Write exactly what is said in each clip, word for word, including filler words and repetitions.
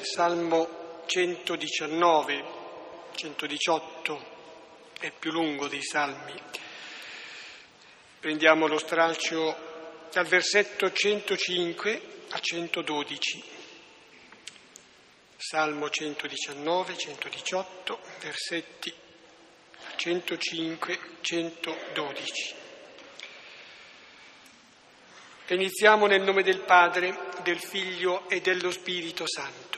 Salmo centodiciannove, centodiciotto, è più lungo dei Salmi. Prendiamo lo stralcio dal versetto centocinque a centododici. Salmo centodiciannove, centodiciotto, versetti centocinque, centododici. Iniziamo nel nome del Padre, del Figlio e dello Spirito Santo.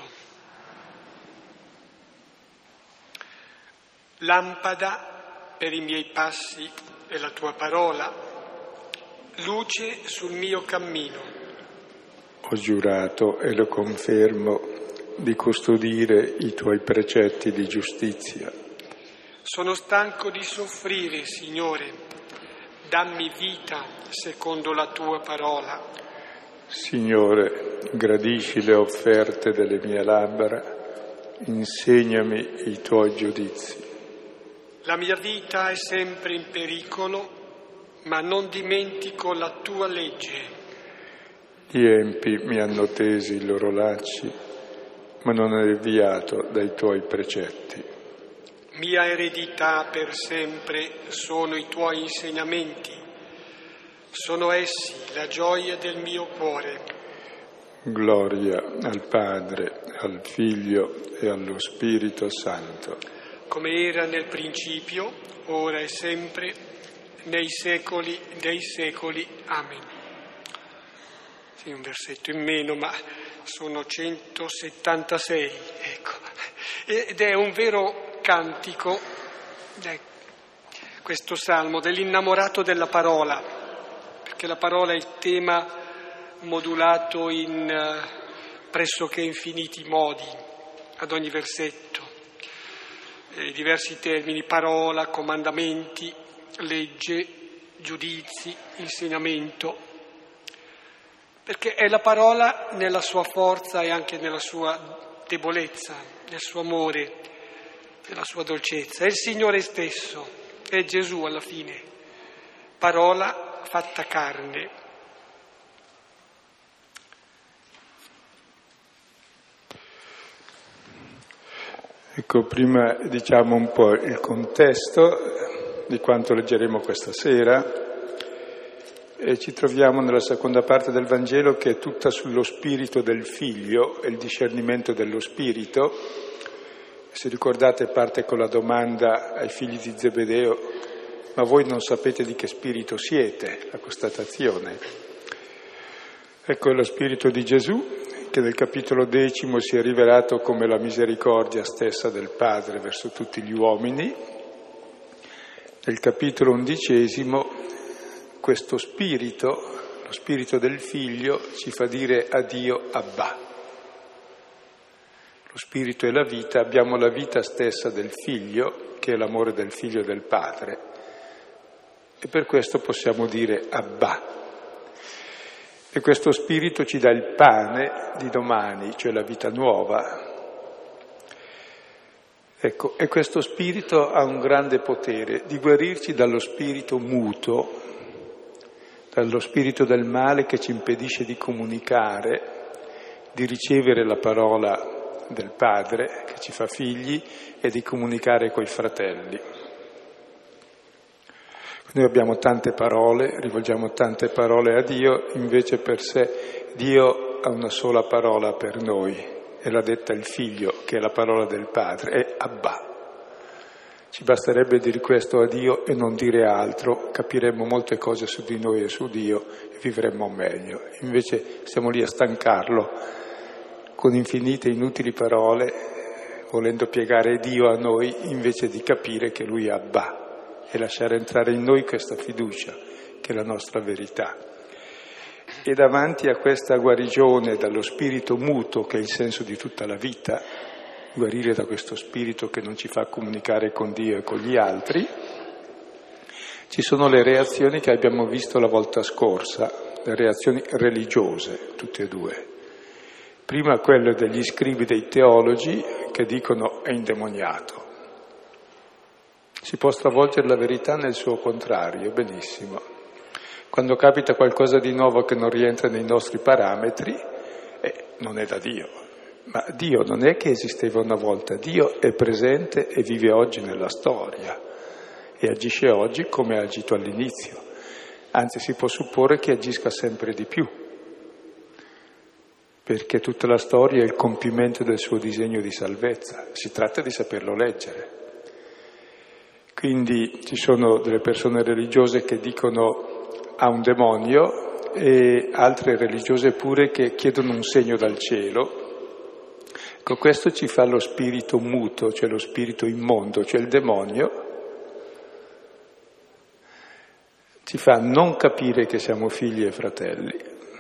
Lampada per i miei passi è la tua parola, luce sul mio cammino. Ho giurato e lo confermo di custodire i tuoi precetti di giustizia. Sono stanco di soffrire, Signore. Dammi vita secondo la tua parola. Signore, gradisci le offerte delle mie labbra, insegnami i tuoi giudizi. La mia vita è sempre in pericolo, ma non dimentico la tua legge. Gli empi mi hanno tesi i loro lacci, ma non ho deviato dai tuoi precetti. Mia eredità per sempre sono i tuoi insegnamenti, sono essi la gioia del mio cuore. Gloria al Padre, al Figlio e allo Spirito Santo. Come era nel principio, ora e sempre, nei secoli dei secoli. Amen. Sì, un versetto in meno, ma sono centosettantasei, ecco. Ed è un vero cantico, eh, questo salmo, dell'innamorato della parola, perché la parola è il tema modulato in uh, pressoché infiniti modi, ad ogni versetto, eh, diversi termini: parola, comandamenti, legge, giudizi, insegnamento, perché è la parola nella sua forza e anche nella sua debolezza, nel suo amore, nella sua dolcezza. È il Signore stesso, è Gesù alla fine, parola fatta carne. Ecco, prima diciamo un po' il contesto di quanto leggeremo questa sera, e ci troviamo nella seconda parte del Vangelo, che è tutta sullo spirito del Figlio e il discernimento dello Spirito. Se ricordate, parte con la domanda ai figli di Zebedeo: ma voi non sapete di che spirito siete? La constatazione. Ecco, è lo spirito di Gesù, che nel capitolo decimo si è rivelato come la misericordia stessa del Padre verso tutti gli uomini. Nel capitolo undicesimo questo spirito, lo spirito del Figlio, ci fa dire a Dio Abba. Lo spirito è la vita, abbiamo la vita stessa del Figlio, che è l'amore del Figlio e del Padre, e per questo possiamo dire Abba. E questo spirito ci dà il pane di domani, cioè la vita nuova. Ecco, e questo spirito ha un grande potere di guarirci dallo spirito muto, dallo spirito del male che ci impedisce di comunicare, di ricevere la parola del Padre che ci fa figli e di comunicare coi fratelli. Noi abbiamo tante parole, rivolgiamo tante parole a Dio, invece per sé Dio ha una sola parola per noi, e l'ha detta il Figlio, che è la parola del Padre, è Abba. Ci basterebbe dire questo a Dio e non dire altro, capiremmo molte cose su di noi e su Dio e vivremmo meglio. Invece stiamo lì a stancarlo con infinite inutili parole, volendo piegare Dio a noi invece di capire che Lui è Abba e lasciare entrare in noi questa fiducia, che è la nostra verità. E davanti a questa guarigione dallo spirito muto, che è il senso di tutta la vita, guarire da questo spirito che non ci fa comunicare con Dio e con gli altri, ci sono le reazioni che abbiamo visto la volta scorsa, le reazioni religiose, tutte e due. Prima quelle degli scribi, dei teologi, che dicono è indemoniato. Si può stravolgere la verità nel suo contrario, benissimo. Quando capita qualcosa di nuovo che non rientra nei nostri parametri, eh, non è da Dio. Ma Dio non è che esisteva una volta, Dio è presente e vive oggi nella storia e agisce oggi come ha agito all'inizio. Anzi, si può supporre che agisca sempre di più, perché tutta la storia è il compimento del suo disegno di salvezza. Si tratta di saperlo leggere. Quindi ci sono delle persone religiose che dicono ha un demonio e altre religiose pure che chiedono un segno dal cielo. Ecco, questo ci fa lo spirito muto, cioè lo spirito immondo, cioè il demonio, ci fa non capire che siamo figli e fratelli,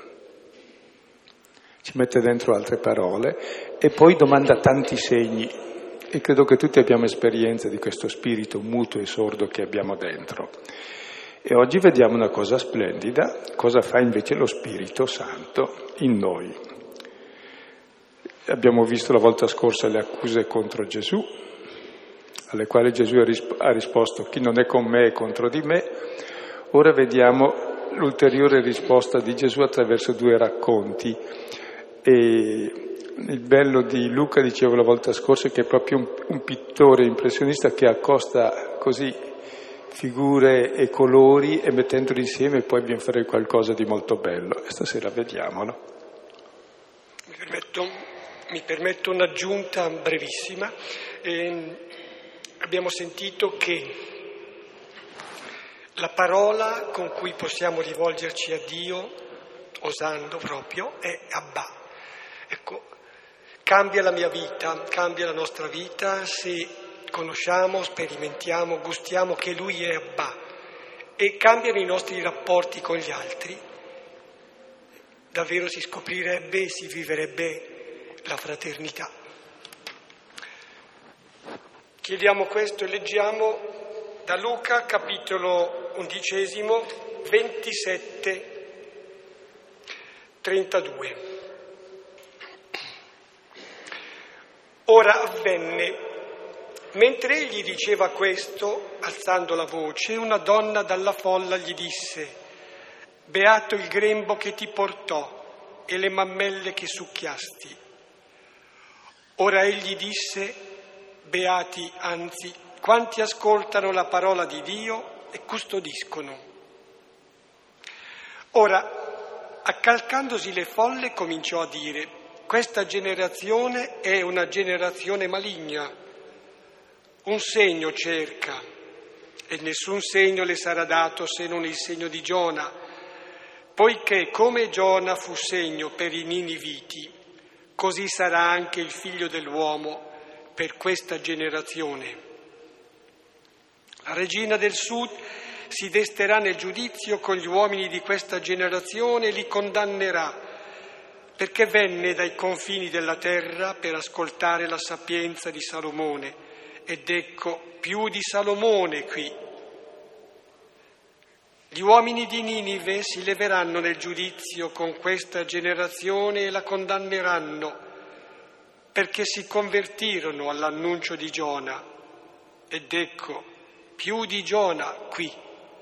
ci mette dentro altre parole e poi domanda tanti segni. E credo che tutti abbiamo esperienza di questo spirito muto e sordo che abbiamo dentro. E oggi vediamo una cosa splendida, cosa fa invece lo Spirito Santo in noi. Abbiamo visto la volta scorsa le accuse contro Gesù, alle quali Gesù ha, risp- ha risposto chi non è con me è contro di me. Ora vediamo l'ulteriore risposta di Gesù attraverso due racconti. E il bello di Luca, dicevo la volta scorsa, che è proprio un, un pittore impressionista che accosta così figure e colori e mettendoli insieme poi viene fuori qualcosa di molto bello. E stasera vediamolo. Mi permetto, mi permetto un'aggiunta brevissima. Eh, abbiamo sentito che la parola con cui possiamo rivolgerci a Dio, osando proprio, è Abba. Ecco, cambia la mia vita, cambia la nostra vita se conosciamo, sperimentiamo, gustiamo che Lui è Abba, e cambiano i nostri rapporti con gli altri. Davvero si scoprirebbe e si viverebbe la fraternità. Chiediamo questo e leggiamo da Luca, capitolo undicesimo, ventisette, trentadue. Ora avvenne, mentre egli diceva questo, alzando la voce, una donna dalla folla gli disse: beato il grembo che ti portò e le mammelle che succhiasti. Ora egli disse: beati, anzi, quanti ascoltano la parola di Dio e custodiscono. Ora, accalcandosi le folle, cominciò a dire: questa generazione è una generazione maligna, un segno cerca, e nessun segno le sarà dato se non il segno di Giona, poiché come Giona fu segno per i niniviti, così sarà anche il figlio dell'uomo per questa generazione. La regina del sud si desterà nel giudizio con gli uomini di questa generazione e li condannerà, perché venne dai confini della terra per ascoltare la sapienza di Salomone, ed ecco più di Salomone qui. Gli uomini di Ninive si leveranno nel giudizio con questa generazione e la condanneranno, perché si convertirono all'annuncio di Giona, ed ecco più di Giona qui.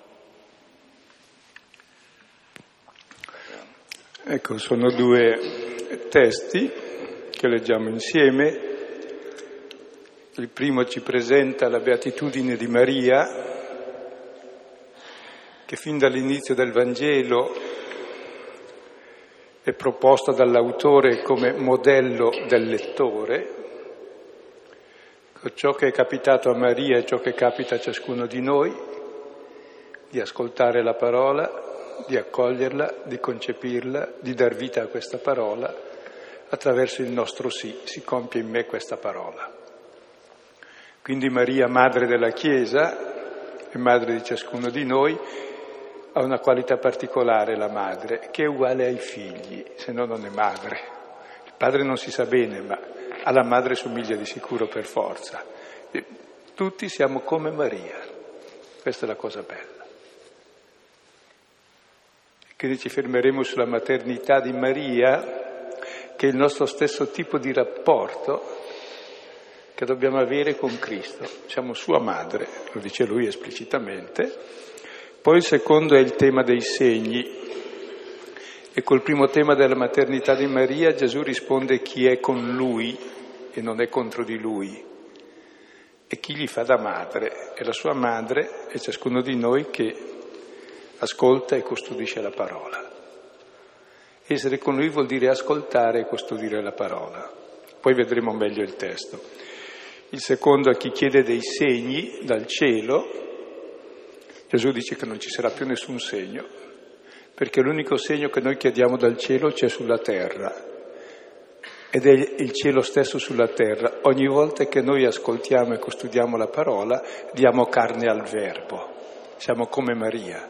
Ecco, sono due testi che leggiamo insieme. Il primo ci presenta la beatitudine di Maria, che fin dall'inizio del Vangelo è proposta dall'autore come modello del lettore. Ciò che è capitato a Maria è ciò che capita a ciascuno di noi, di ascoltare la parola, di accoglierla, di concepirla, di dar vita a questa parola. Attraverso il nostro sì si compie in me questa parola. Quindi Maria, madre della Chiesa e madre di ciascuno di noi, ha una qualità particolare, la madre, che è uguale ai figli, se no non è madre. Il padre non si sa bene, ma alla madre somiglia di sicuro per forza. E tutti siamo come Maria, questa è la cosa bella. Quindi ci fermeremo sulla maternità di Maria, che è il nostro stesso tipo di rapporto che dobbiamo avere con Cristo. Siamo sua madre, lo dice lui esplicitamente. Poi il secondo è il tema dei segni. E col primo tema della maternità di Maria Gesù risponde chi è con lui e non è contro di lui, e chi gli fa da madre, è la sua madre e ciascuno di noi che ascolta e custodisce la parola. Essere con lui vuol dire ascoltare e custodire la parola. Poi vedremo meglio il testo. Il secondo, a chi chiede dei segni dal cielo, Gesù dice che non ci sarà più nessun segno, perché l'unico segno che noi chiediamo dal cielo c'è sulla terra, ed è il cielo stesso sulla terra. Ogni volta che noi ascoltiamo e custodiamo la parola, diamo carne al Verbo. Siamo come Maria.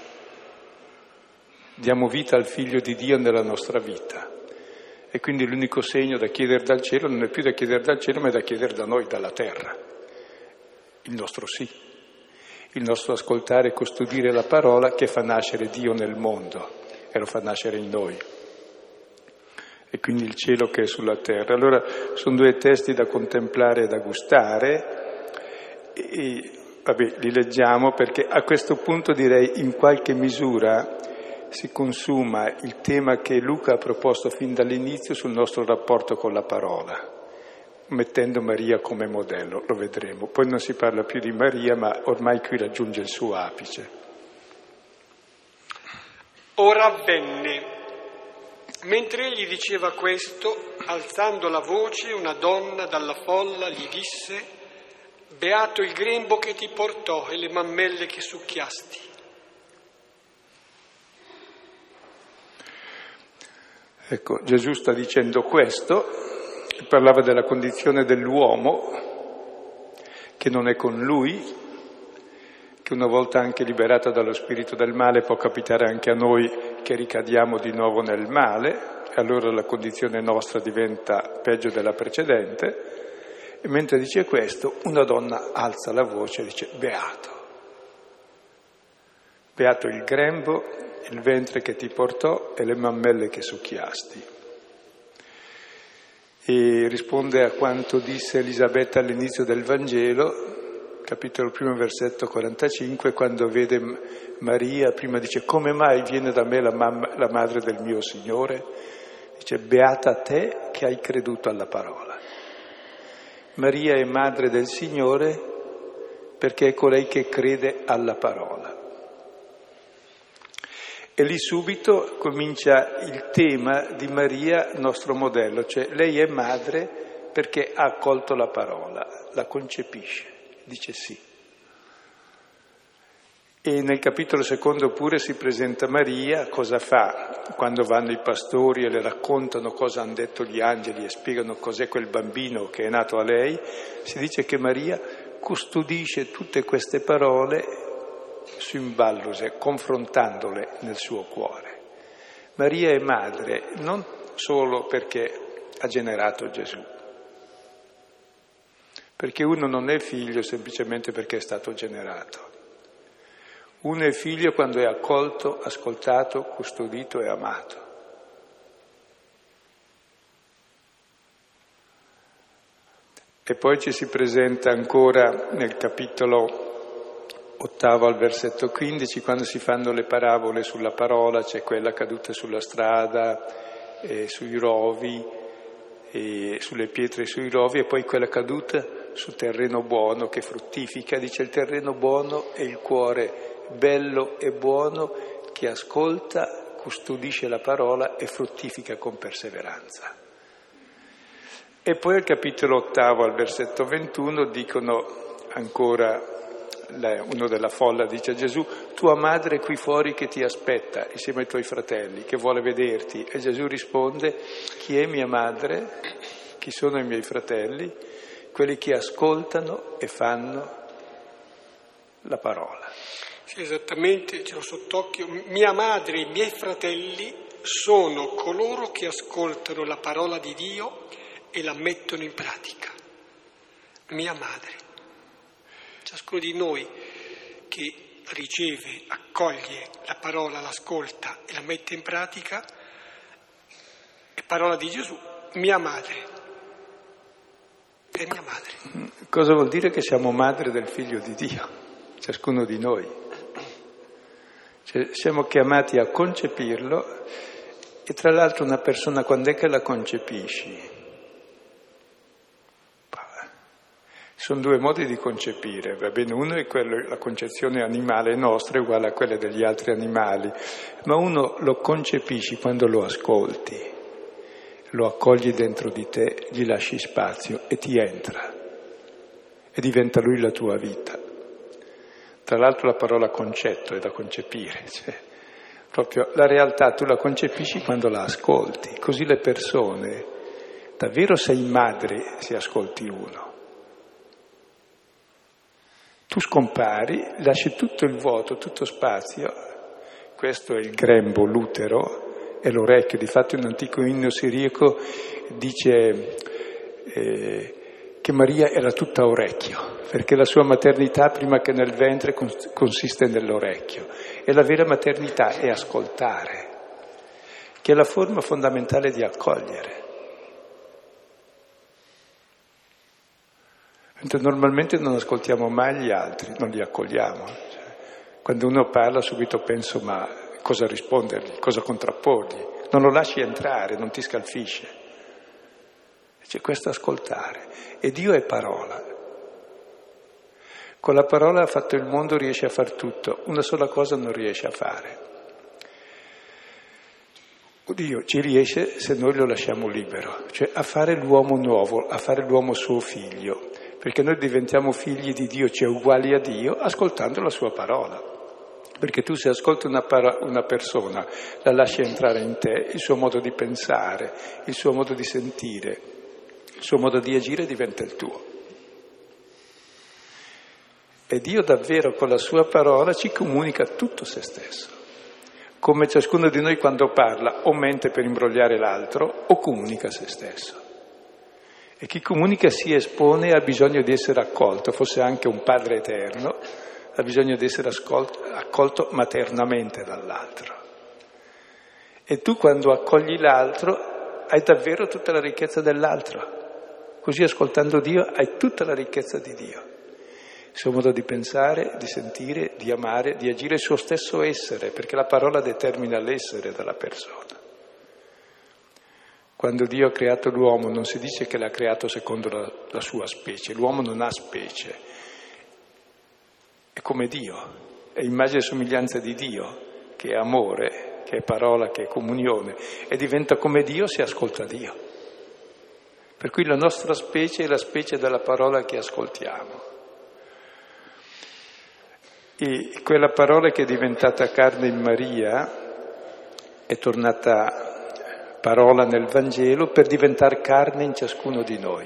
Diamo vita al Figlio di Dio nella nostra vita. E quindi l'unico segno da chiedere dal cielo non è più da chiedere dal cielo, ma è da chiedere da noi, dalla terra. Il nostro sì. Il nostro ascoltare e custodire la parola che fa nascere Dio nel mondo e lo fa nascere in noi. E quindi il cielo che è sulla terra. Allora sono due testi da contemplare e da gustare e vabbè, li leggiamo perché a questo punto direi in qualche misura si consuma il tema che Luca ha proposto fin dall'inizio sul nostro rapporto con la parola, mettendo Maria come modello, lo vedremo. Poi non si parla più di Maria, ma ormai qui raggiunge il suo apice. Ora avvenne, mentre egli diceva questo, alzando la voce, una donna dalla folla gli disse: beato il grembo che ti portò e le mammelle che succhiasti. Ecco, Gesù sta dicendo questo, parlava della condizione dell'uomo che non è con lui, che una volta anche liberata dallo spirito del male può capitare anche a noi che ricadiamo di nuovo nel male, e allora la condizione nostra diventa peggio della precedente. E mentre dice questo, una donna alza la voce e dice: beato, beato il grembo, il ventre che ti portò e le mammelle che succhiasti. E risponde a quanto disse Elisabetta all'inizio del Vangelo, capitolo primo, versetto quarantacinque, quando vede Maria, prima dice: come mai viene da me la, mamma, la madre del mio Signore? Dice: beata te che hai creduto alla parola. Maria è madre del Signore perché è colei che crede alla parola. E lì subito comincia il tema di Maria, nostro modello, cioè lei è madre perché ha accolto la parola, la concepisce, dice sì. E nel capitolo secondo pure si presenta Maria, cosa fa quando vanno i pastori e le raccontano cosa hanno detto gli angeli e spiegano cos'è quel bambino che è nato a lei. Si dice che Maria custodisce tutte queste parole suimballose, confrontandole nel suo cuore. Maria è madre non solo perché ha generato Gesù, perché uno non è figlio semplicemente perché è stato generato. Uno è figlio quando è accolto, ascoltato, custodito e amato. E poi ci si presenta ancora nel capitolo ottavo al versetto quindici, quando si fanno le parabole sulla parola, c'è quella caduta sulla strada, eh, sui rovi, eh, sulle pietre e sui rovi, e poi quella caduta su terreno buono che fruttifica. Dice: il terreno buono è il cuore bello e buono che ascolta, custodisce la parola e fruttifica con perseveranza. E poi al capitolo ottavo al versetto ventuno dicono ancora, uno della folla dice a Gesù: tua madre è qui fuori che ti aspetta insieme ai tuoi fratelli, che vuole vederti. E Gesù risponde: chi è mia madre? Chi sono i miei fratelli? Quelli che ascoltano e fanno la parola. Sì, esattamente, ce l'ho sott'occhio. Mia madre e i miei fratelli sono coloro che ascoltano la parola di Dio e la mettono in pratica. Mia madre. Ciascuno di noi che riceve, accoglie la parola, l'ascolta e la mette in pratica, è parola di Gesù, mia madre, è mia madre. Cosa vuol dire? Che siamo madre del Figlio di Dio, ciascuno di noi. Cioè, siamo chiamati a concepirlo E tra l'altro una persona quando è che la concepisci? Sono due modi di concepire, va bene? Uno è quello, la concezione animale nostra è uguale a quella degli altri animali, ma uno lo concepisci quando lo ascolti, lo accogli dentro di te, gli lasci spazio e ti entra e diventa lui la tua vita. Tra l'altro la parola concetto è da concepire, cioè proprio la realtà tu la concepisci quando la ascolti, così le persone, davvero sei madre se ascolti uno. Tu scompari, lasci tutto il vuoto, tutto spazio, questo è il grembo, l'utero, è l'orecchio. Difatti un antico inno siriaco dice eh, che Maria era tutta orecchio, perché la sua maternità prima che nel ventre consiste nell'orecchio. E la vera maternità è ascoltare, che è la forma fondamentale di accogliere. Normalmente non ascoltiamo mai gli altri, non li accogliamo. Cioè, quando uno parla subito penso, ma cosa rispondergli, cosa contrapporgli? Non lo lasci entrare, non ti scalfisce. C'è questo ascoltare. E Dio è parola. Con la parola ha fatto il mondo, riesce a far tutto. Una sola cosa non riesce a fare. Dio ci riesce se noi lo lasciamo libero, cioè a fare l'uomo nuovo, a fare l'uomo suo figlio. Perché noi diventiamo figli di Dio, cioè uguali a Dio, ascoltando la sua parola. Perché tu se ascolti una, para- una persona, la lasci entrare in te, il suo modo di pensare, il suo modo di sentire, il suo modo di agire diventa il tuo. E Dio davvero con la sua parola ci comunica tutto se stesso. Come ciascuno di noi quando parla o mente per imbrogliare l'altro o comunica se stesso. E chi comunica si espone e ha bisogno di essere accolto, fosse anche un Padre eterno, ha bisogno di essere ascolto, accolto maternamente dall'altro. E tu quando accogli l'altro hai davvero tutta la ricchezza dell'altro. Così ascoltando Dio hai tutta la ricchezza di Dio. Il suo modo di pensare, di sentire, di amare, di agire, il suo stesso essere, perché la parola determina l'essere della persona. Quando Dio ha creato l'uomo non si dice che l'ha creato secondo la, la sua specie, l'uomo non ha specie, è come Dio, è immagine e somiglianza di Dio, che è amore, che è parola, che è comunione, e diventa come Dio se ascolta Dio. Per cui la nostra specie è la specie della parola che ascoltiamo. E quella parola che è diventata carne in Maria è tornata parola nel Vangelo per diventare carne in ciascuno di noi.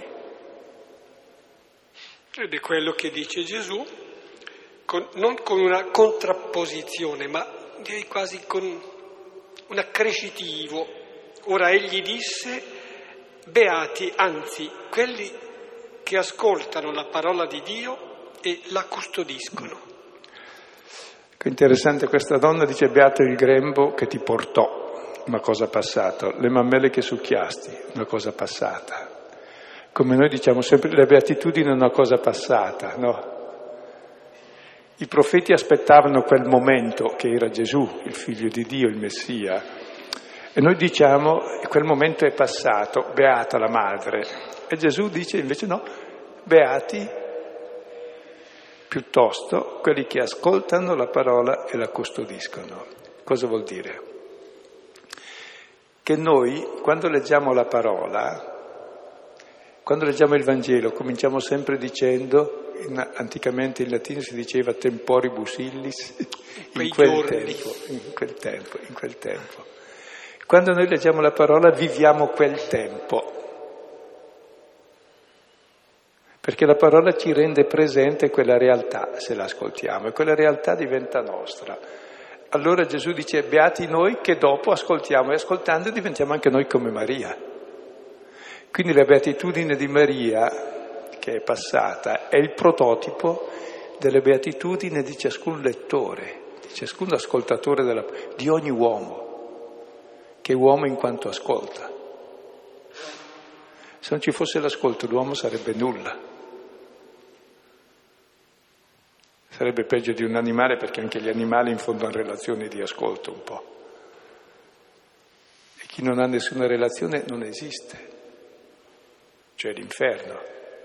Ed è quello che dice Gesù, con, non con una contrapposizione, ma direi quasi con un accrescitivo. Ora egli disse, beati, anzi, quelli che ascoltano la parola di Dio e la custodiscono. È interessante, questa donna dice, beato il grembo che ti portò. Una cosa passata, le mammelle che succhiasti, una cosa passata. Come noi diciamo sempre, la beatitudine è una cosa passata, no? I profeti aspettavano quel momento che era Gesù, il figlio di Dio, il Messia. E noi diciamo, quel momento è passato, beata la madre. E Gesù dice invece no, beati piuttosto quelli che ascoltano la parola e la custodiscono. Cosa vuol dire? Che noi, quando leggiamo la parola, quando leggiamo il Vangelo, cominciamo sempre dicendo, in, anticamente in latino si diceva temporibus illis, in quel tempo, in quel tempo, in quel tempo. Quando noi leggiamo la parola viviamo quel tempo, perché la parola ci rende presente quella realtà se la ascoltiamo e quella realtà diventa nostra. Allora Gesù dice, beati noi che dopo ascoltiamo e ascoltando diventiamo anche noi come Maria. Quindi la beatitudine di Maria, che è passata, è il prototipo delle beatitudini di ciascun lettore, di ciascun ascoltatore, della, di ogni uomo, che è uomo in quanto ascolta. Se non ci fosse l'ascolto l'uomo sarebbe nulla. Sarebbe peggio di un animale, perché anche gli animali in fondo hanno relazioni di ascolto un po'. Chi non ha nessuna relazione non esiste, cioè l'inferno.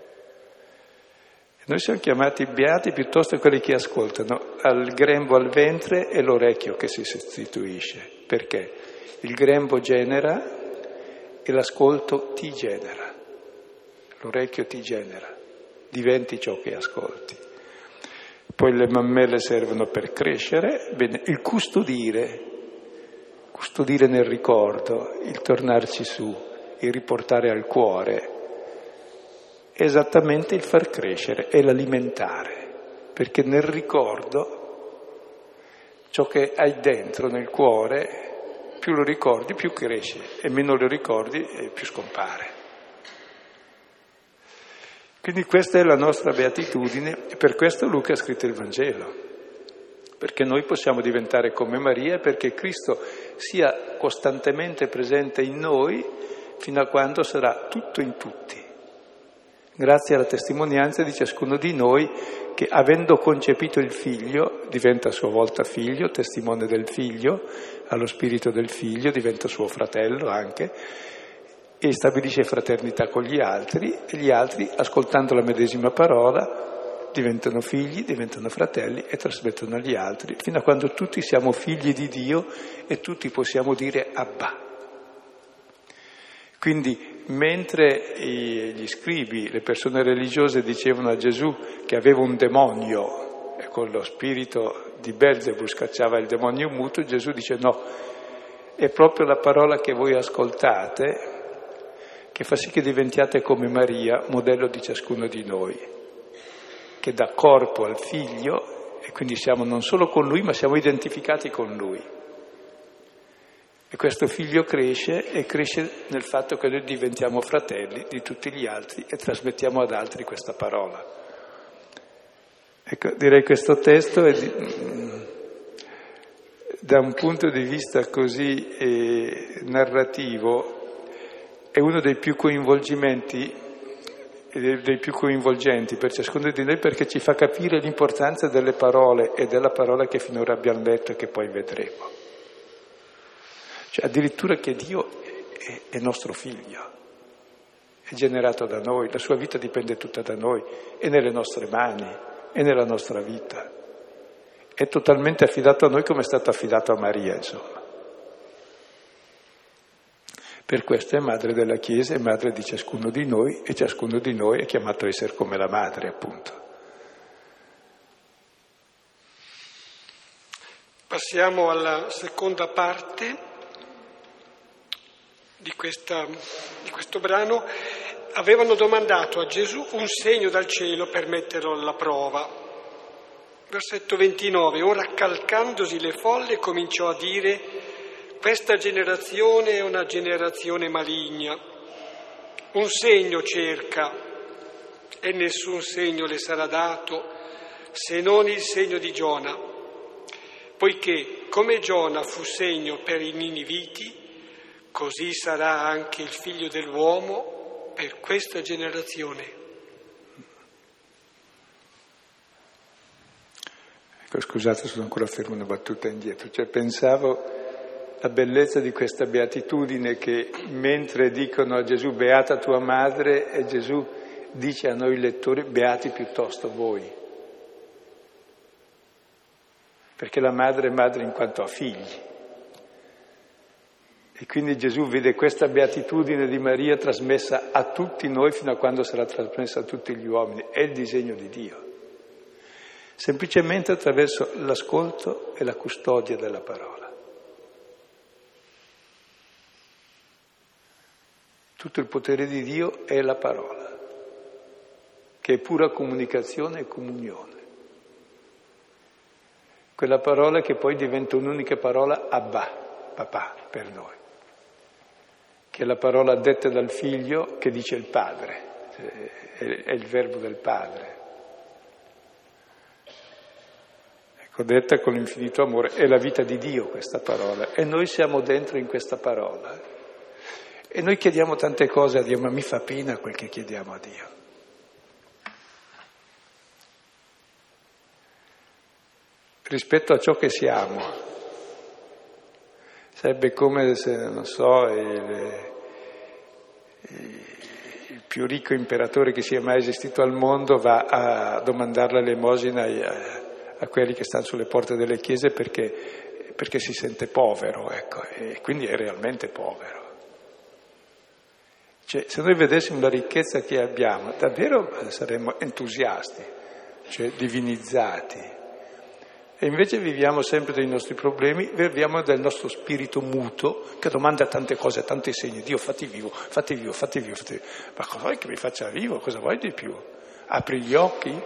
Noi siamo chiamati beati piuttosto quelli che ascoltano, al grembo al ventre e l'orecchio che si sostituisce. Perché? Il grembo genera e l'ascolto ti genera, l'orecchio ti genera, diventi ciò che ascolti. Poi le mammelle servono per crescere, bene, il custodire, custodire nel ricordo, il tornarci su, il riportare al cuore, è esattamente il far crescere, è l'alimentare, perché nel ricordo ciò che hai dentro nel cuore, più lo ricordi più cresce, e meno lo ricordi e più scompare. Quindi questa è la nostra beatitudine e per questo Luca ha scritto il Vangelo, perché noi possiamo diventare come Maria, perché Cristo sia costantemente presente in noi fino a quando sarà tutto in tutti, grazie alla testimonianza di ciascuno di noi che, avendo concepito il Figlio, diventa a sua volta figlio, testimone del Figlio, ha lo spirito del Figlio, diventa suo fratello anche, e stabilisce fraternità con gli altri, e gli altri, ascoltando la medesima parola, diventano figli, diventano fratelli e trasmettono agli altri, fino a quando tutti siamo figli di Dio e tutti possiamo dire Abba. Quindi, mentre gli scribi, le persone religiose dicevano a Gesù che aveva un demonio e con lo spirito di Belzebu scacciava il demonio muto, Gesù dice no, è proprio la parola che voi ascoltate che fa sì che diventiate come Maria, modello di ciascuno di noi, che dà corpo al Figlio e quindi siamo non solo con Lui ma siamo identificati con Lui. E questo Figlio cresce e cresce nel fatto che noi diventiamo fratelli di tutti gli altri e trasmettiamo ad altri questa parola. Ecco, direi questo testo è di, da un punto di vista così eh, narrativo è uno dei più coinvolgimenti, dei più coinvolgenti per ciascuno di noi, perché ci fa capire l'importanza delle parole e della parola che finora abbiamo letto e che poi vedremo. Cioè addirittura che Dio è, è nostro figlio, è generato da noi, la sua vita dipende tutta da noi, è nelle nostre mani, è nella nostra vita, è totalmente affidato a noi come è stato affidato a Maria, insomma. Per questo è madre della Chiesa, è madre di ciascuno di noi e ciascuno di noi è chiamato a essere come la madre, appunto. Passiamo alla seconda parte di, questa, di questo brano. Avevano domandato a Gesù un segno dal cielo per metterlo alla prova. Versetto ventinove. Ora, calcandosi le folle, cominciò a dire: questa generazione è una generazione maligna. Un segno cerca e nessun segno le sarà dato se non il segno di Giona. Poiché come Giona fu segno per i niniviti, così sarà anche il figlio dell'uomo per questa generazione. Ecco, scusate, sono ancora fermo, una battuta indietro. Cioè pensavo la bellezza di questa beatitudine che mentre dicono a Gesù beata tua madre, e Gesù dice a noi lettori beati piuttosto voi. Perché la madre è madre in quanto ha figli. E quindi Gesù vede questa beatitudine di Maria trasmessa a tutti noi fino a quando sarà trasmessa a tutti gli uomini. È il disegno di Dio. Semplicemente attraverso l'ascolto e la custodia della parola. Tutto il potere di Dio è la parola, che è pura comunicazione e comunione. Quella parola che poi diventa un'unica parola, Abba, papà, per noi, che è la parola detta dal Figlio che dice il Padre, è il verbo del Padre. Ecco, detta con l'infinito amore, è la vita di Dio questa parola, e noi siamo dentro in questa parola. E noi chiediamo tante cose a Dio, ma mi fa pena quel che chiediamo a Dio. Rispetto a ciò che siamo. Sarebbe come se, non so, il, il più ricco imperatore che sia mai esistito al mondo va a domandare l'elemosina a, a quelli che stanno sulle porte delle chiese perché, perché si sente povero, ecco, e quindi è realmente povero. Cioè, se noi vedessimo la ricchezza che abbiamo, davvero saremmo entusiasti, cioè divinizzati. E invece viviamo sempre dei nostri problemi, viviamo del nostro spirito muto che domanda tante cose, tanti segni. Dio, fatti vivo, fatti vivo, fatti vivo, fatti vivo. Ma cosa vuoi che mi faccia vivo? Cosa vuoi di più? Apri gli occhi?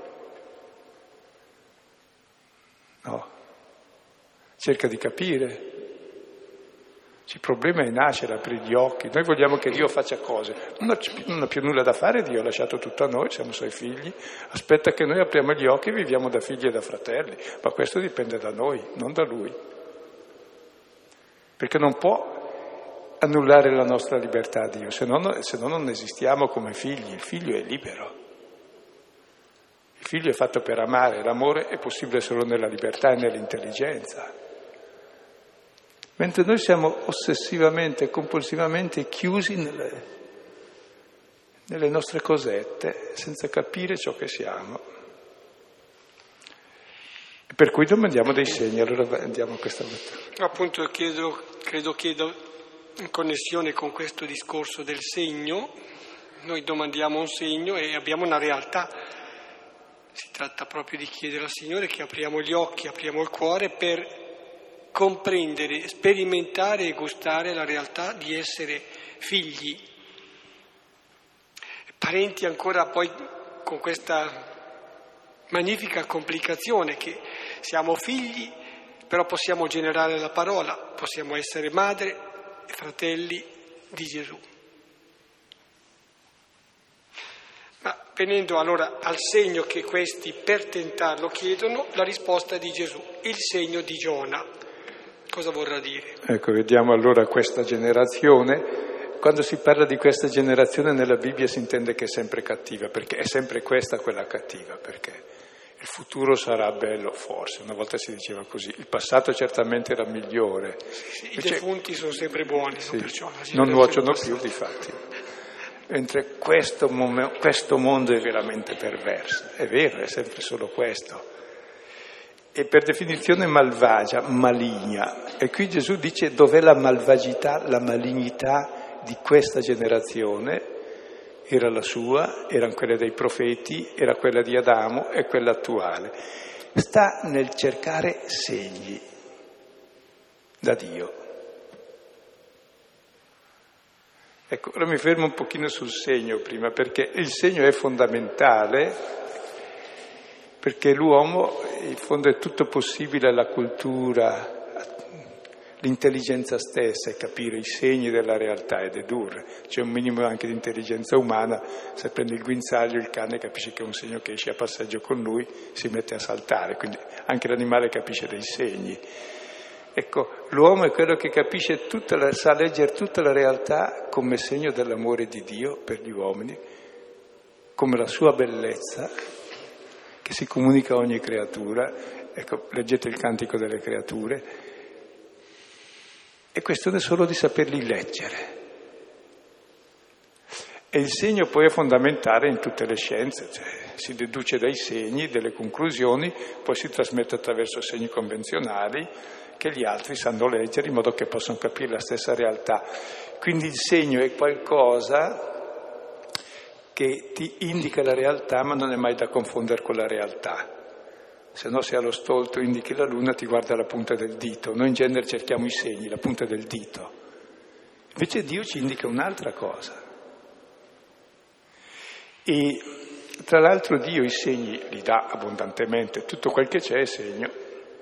No. Cerca di capire. Il problema è nascere, apri gli occhi. Noi vogliamo che Dio faccia cose. Non ha, non ha più nulla da fare, Dio ha lasciato tutto a noi, siamo suoi figli. Aspetta che noi apriamo gli occhi e viviamo da figli e da fratelli. Ma questo dipende da noi, non da Lui. Perché non può annullare la nostra libertà Dio, se no, se no non esistiamo come figli. Il figlio è libero. Il figlio è fatto per amare, l'amore è possibile solo nella libertà e nell'intelligenza. Mentre noi siamo ossessivamente e compulsivamente chiusi nelle, nelle nostre cosette, senza capire ciò che siamo. E per cui domandiamo dei segni, allora andiamo a questa volta. Appunto chiedo, credo chiedo, in connessione con questo discorso del segno, noi domandiamo un segno e abbiamo una realtà. Si tratta proprio di chiedere al Signore che apriamo gli occhi, apriamo il cuore per comprendere, sperimentare e gustare la realtà di essere figli, parenti ancora poi con questa magnifica complicazione che siamo figli, però possiamo generare la parola, possiamo essere madre e fratelli di Gesù. Ma venendo allora al segno che questi per tentarlo chiedono, la risposta di Gesù, il segno di Giona. Cosa vorrà dire? Ecco, vediamo allora questa generazione. Quando si parla di questa generazione nella Bibbia si intende che è sempre cattiva, perché è sempre questa quella cattiva, perché il futuro sarà bello, forse, una volta si diceva così, il passato certamente era migliore. Sì, sì, i defunti sono sempre buoni, sì, perciò non nuociono più, difatti. Mentre questo, mom- questo mondo è veramente perverso, è vero, è sempre solo questo. E per definizione malvagia, maligna. E qui Gesù dice dov'è la malvagità, la malignità di questa generazione. Era la sua, erano quelle dei profeti, era quella di Adamo e quella attuale. Sta nel cercare segni da Dio. Ecco, ora mi fermo un pochino sul segno prima, perché il segno è fondamentale. Perché l'uomo, in fondo, è tutto possibile alla cultura, l'intelligenza stessa, è capire i segni della realtà e dedurre. C'è un minimo anche di intelligenza umana, se prendi il guinzaglio, il cane capisce che è un segno che esce a passeggio con lui, si mette a saltare, quindi anche l'animale capisce dei segni. Ecco, l'uomo è quello che capisce tutta la, sa leggere tutta la realtà come segno dell'amore di Dio per gli uomini, come la sua bellezza, che si comunica a ogni creatura. Ecco, leggete il Cantico delle Creature. È questione solo di saperli leggere. E il segno poi è fondamentale in tutte le scienze, cioè si deduce dai segni, delle conclusioni, poi si trasmette attraverso segni convenzionali che gli altri sanno leggere in modo che possano capire la stessa realtà. Quindi il segno è qualcosa che ti indica la realtà, ma non è mai da confondere con la realtà. Se no, se allo stolto indichi la luna, ti guarda la punta del dito. Noi in genere cerchiamo i segni, la punta del dito. Invece Dio ci indica un'altra cosa. E tra l'altro Dio i segni li dà abbondantemente, tutto quel che c'è è segno.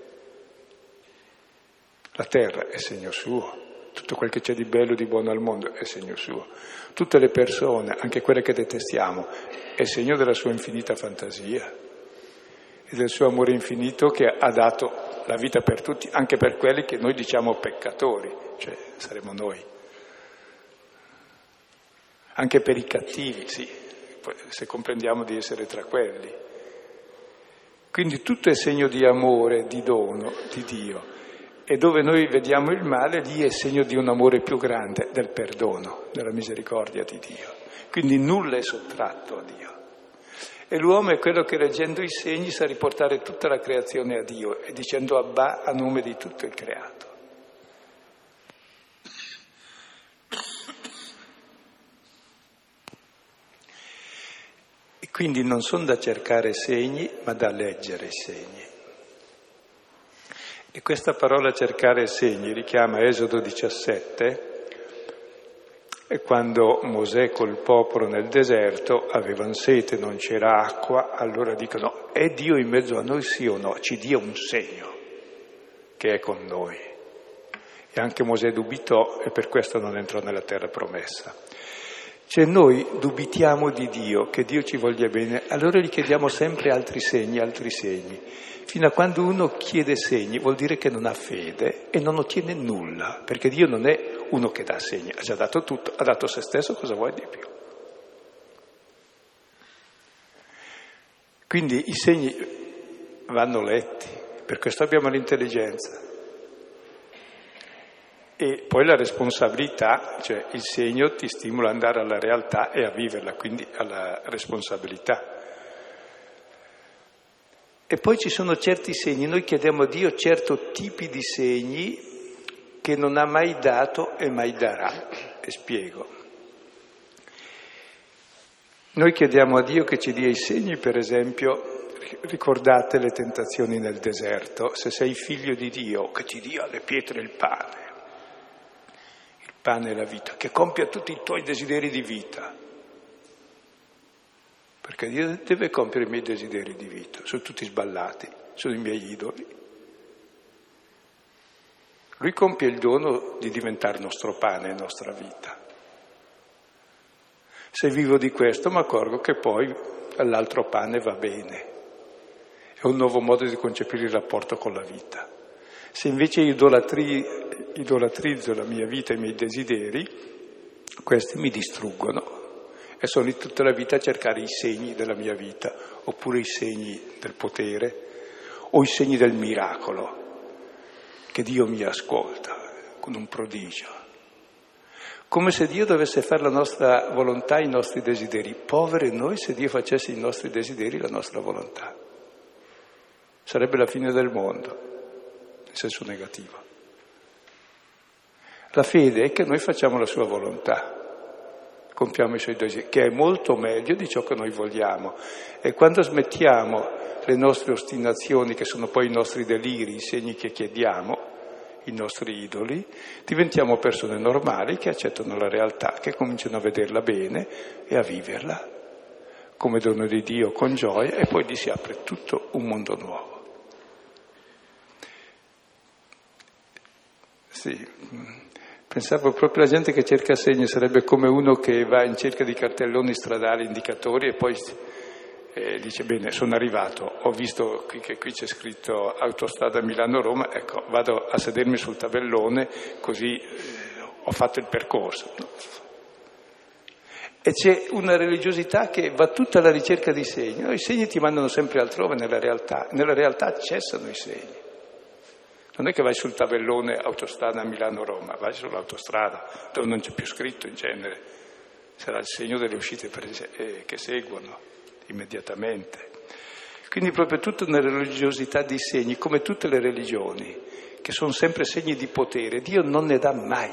La terra è segno suo. Tutto quel che c'è di bello e di buono al mondo è segno suo. Tutte le persone, anche quelle che detestiamo, è segno della sua infinita fantasia e del suo amore infinito che ha dato la vita per tutti, anche per quelli che noi diciamo peccatori, cioè saremo noi. Anche per i cattivi, sì, se comprendiamo di essere tra quelli. Quindi tutto è segno di amore, di dono, di Dio. E dove noi vediamo il male, lì è segno di un amore più grande, del perdono, della misericordia di Dio. Quindi nulla è sottratto a Dio. E l'uomo è quello che, leggendo i segni, sa riportare tutta la creazione a Dio e dicendo Abba a nome di tutto il creato. E quindi non sono da cercare segni, ma da leggere i segni. E questa parola cercare segni richiama Esodo diciassette, e quando Mosè col popolo nel deserto avevano sete, non c'era acqua, allora dicono: è Dio in mezzo a noi sì o no? Ci dia un segno che è con noi. E anche Mosè dubitò e per questo non entrò nella terra promessa. Cioè noi dubitiamo di Dio, che Dio ci voglia bene, allora gli chiediamo sempre altri segni, altri segni. Fino a quando uno chiede segni vuol dire che non ha fede e non ottiene nulla, perché Dio non è uno che dà segni, ha già dato tutto, ha dato se stesso, cosa vuoi di più? Quindi i segni vanno letti, per questo abbiamo l'intelligenza. E poi la responsabilità, cioè il segno ti stimola ad andare alla realtà e a viverla, quindi alla responsabilità. E poi ci sono certi segni, noi chiediamo a Dio certi tipi di segni che non ha mai dato e mai darà. E spiego. Noi chiediamo a Dio che ci dia i segni, per esempio, ricordate le tentazioni nel deserto, se sei figlio di Dio, che ti dia alle pietre il pane. Il pane è la vita, che compia tutti i tuoi desideri di vita. Perché Dio deve compiere i miei desideri di vita, sono tutti sballati, sono i miei idoli. Lui compie il dono di diventare nostro pane e nostra vita. Se vivo di questo mi accorgo che poi all'altro pane va bene. È un nuovo modo di concepire il rapporto con la vita. Se invece idolatri, idolatrizzo la mia vita e i miei desideri, questi mi distruggono. E sono lì tutta la vita a cercare i segni della mia vita, oppure i segni del potere, o i segni del miracolo, che Dio mi ascolta con un prodigio. Come se Dio dovesse fare la nostra volontà, i nostri desideri. Poveri noi se Dio facesse i nostri desideri la nostra volontà. Sarebbe la fine del mondo, in senso negativo. La fede è che noi facciamo la sua volontà. Compiamo i suoi desideri, che è molto meglio di ciò che noi vogliamo. E quando smettiamo le nostre ostinazioni, che sono poi i nostri deliri, i segni che chiediamo, i nostri idoli, diventiamo persone normali che accettano la realtà, che cominciano a vederla bene e a viverla come dono di Dio con gioia, e poi gli si apre tutto un mondo nuovo. Sì. Pensavo proprio la gente che cerca segni sarebbe come uno che va in cerca di cartelloni stradali, indicatori, e poi eh, dice: bene, sono arrivato, ho visto qui che qui c'è scritto autostrada Milano-Roma, ecco, vado a sedermi sul tabellone, così eh, ho fatto il percorso. No? E c'è una religiosità che va tutta alla ricerca di segni. No, i segni ti mandano sempre altrove nella realtà, nella realtà cessano i segni. Non è che vai sul tabellone autostrada Milano-Roma, vai sull'autostrada, dove non c'è più scritto in genere. Sarà il segno delle uscite prese, eh, che seguono immediatamente. Quindi proprio tutta una religiosità di segni, come tutte le religioni, che sono sempre segni di potere. Dio non ne dà mai.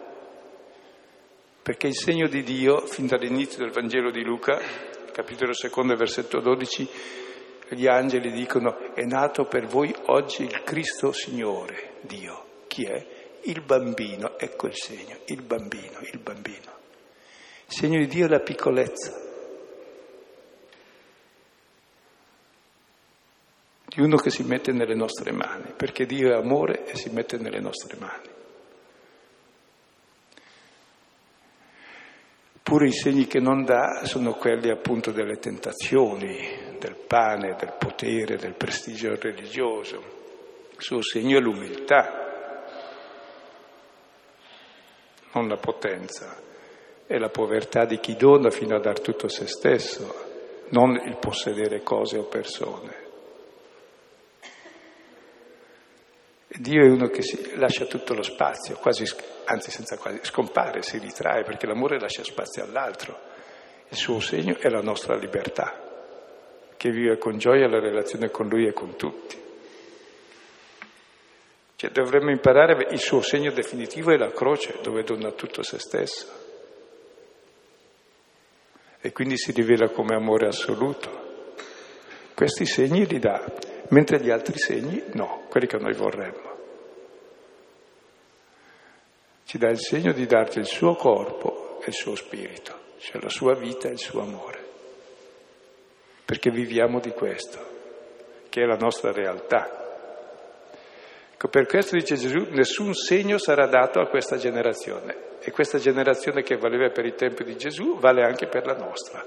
Perché il segno di Dio, fin dall'inizio del Vangelo di Luca, capitolo secondo, versetto dodici, gli angeli dicono: è nato per voi oggi il Cristo Signore, Dio. Chi è? Il bambino, ecco il segno, il bambino, il bambino. Il segno di Dio è la piccolezza. Di uno che si mette nelle nostre mani, perché Dio è amore e si mette nelle nostre mani. Pure i segni che non dà sono quelli appunto delle tentazioni, del pane, del potere, del prestigio religioso. Il suo segno è l'umiltà, non la potenza, è la povertà di chi dona fino a dar tutto se stesso, non il possedere cose o persone. Dio è uno che si lascia tutto lo spazio, quasi, anzi senza quasi, scompare, si ritrae, perché l'amore lascia spazio all'altro. Il suo segno è la nostra libertà, che vive con gioia la relazione con Lui e con tutti. Cioè dovremmo imparare, il suo segno definitivo è la croce, dove dona tutto se stesso. E quindi si rivela come amore assoluto. Questi segni li dà, mentre gli altri segni no, quelli che noi vorremmo. Ci dà il segno di darci il suo corpo e il suo spirito, cioè la sua vita e il suo amore. Perché viviamo di questo, che è la nostra realtà. Ecco, per questo dice Gesù, nessun segno sarà dato a questa generazione. E questa generazione che valeva per i tempi di Gesù vale anche per la nostra.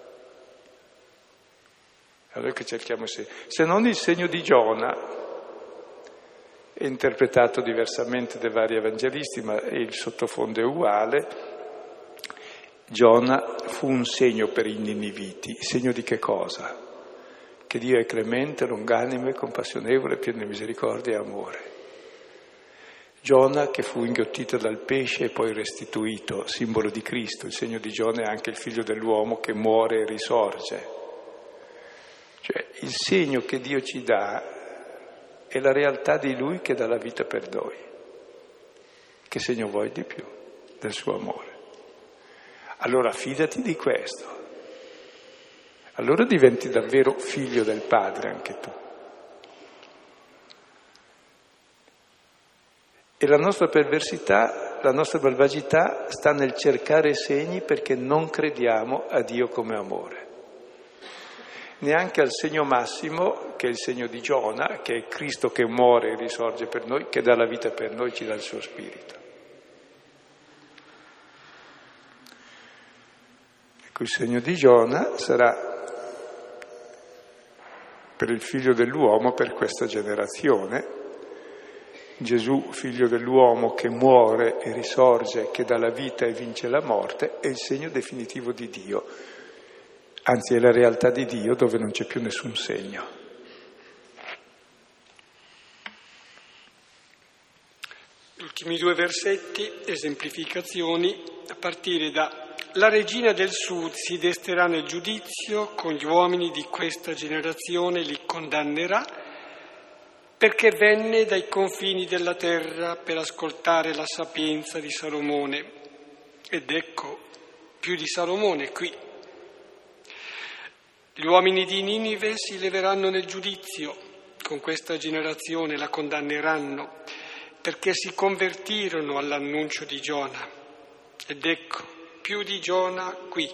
Allora che cerchiamo se, se non il segno di Giona, è interpretato diversamente dai vari evangelisti, ma il sottofondo è uguale. Giona fu un segno per i niniviti. Segno di che cosa? Che Dio è clemente, longanime, compassionevole, pieno di misericordia e amore. Giona che fu inghiottito dal pesce e poi restituito, simbolo di Cristo. Il segno di Giona è anche il figlio dell'uomo che muore e risorge. Cioè il segno che Dio ci dà è la realtà di Lui che dà la vita per noi. Che segno vuoi di più del suo amore? Allora fidati di questo. Allora diventi davvero figlio del Padre anche tu. E la nostra perversità, la nostra malvagità sta nel cercare segni perché non crediamo a Dio come amore. Neanche al segno massimo, che è il segno di Giona, che è Cristo che muore e risorge per noi, che dà la vita per noi, ci dà il suo spirito. Ecco, il segno di Giona sarà per il figlio dell'uomo, per questa generazione. Gesù, figlio dell'uomo, che muore e risorge, che dà la vita e vince la morte, è il segno definitivo di Dio. Anzi, è la realtà di Dio dove non c'è più nessun segno. Gli ultimi due versetti, esemplificazioni, a partire da la regina del sud si desterà nel giudizio, con gli uomini di questa generazione li condannerà, perché venne dai confini della terra per ascoltare la sapienza di Salomone. Ed ecco, più di Salomone qui. Gli uomini di Ninive si leveranno nel giudizio, con questa generazione la condanneranno, perché si convertirono all'annuncio di Giona. Ed ecco, più di Giona qui.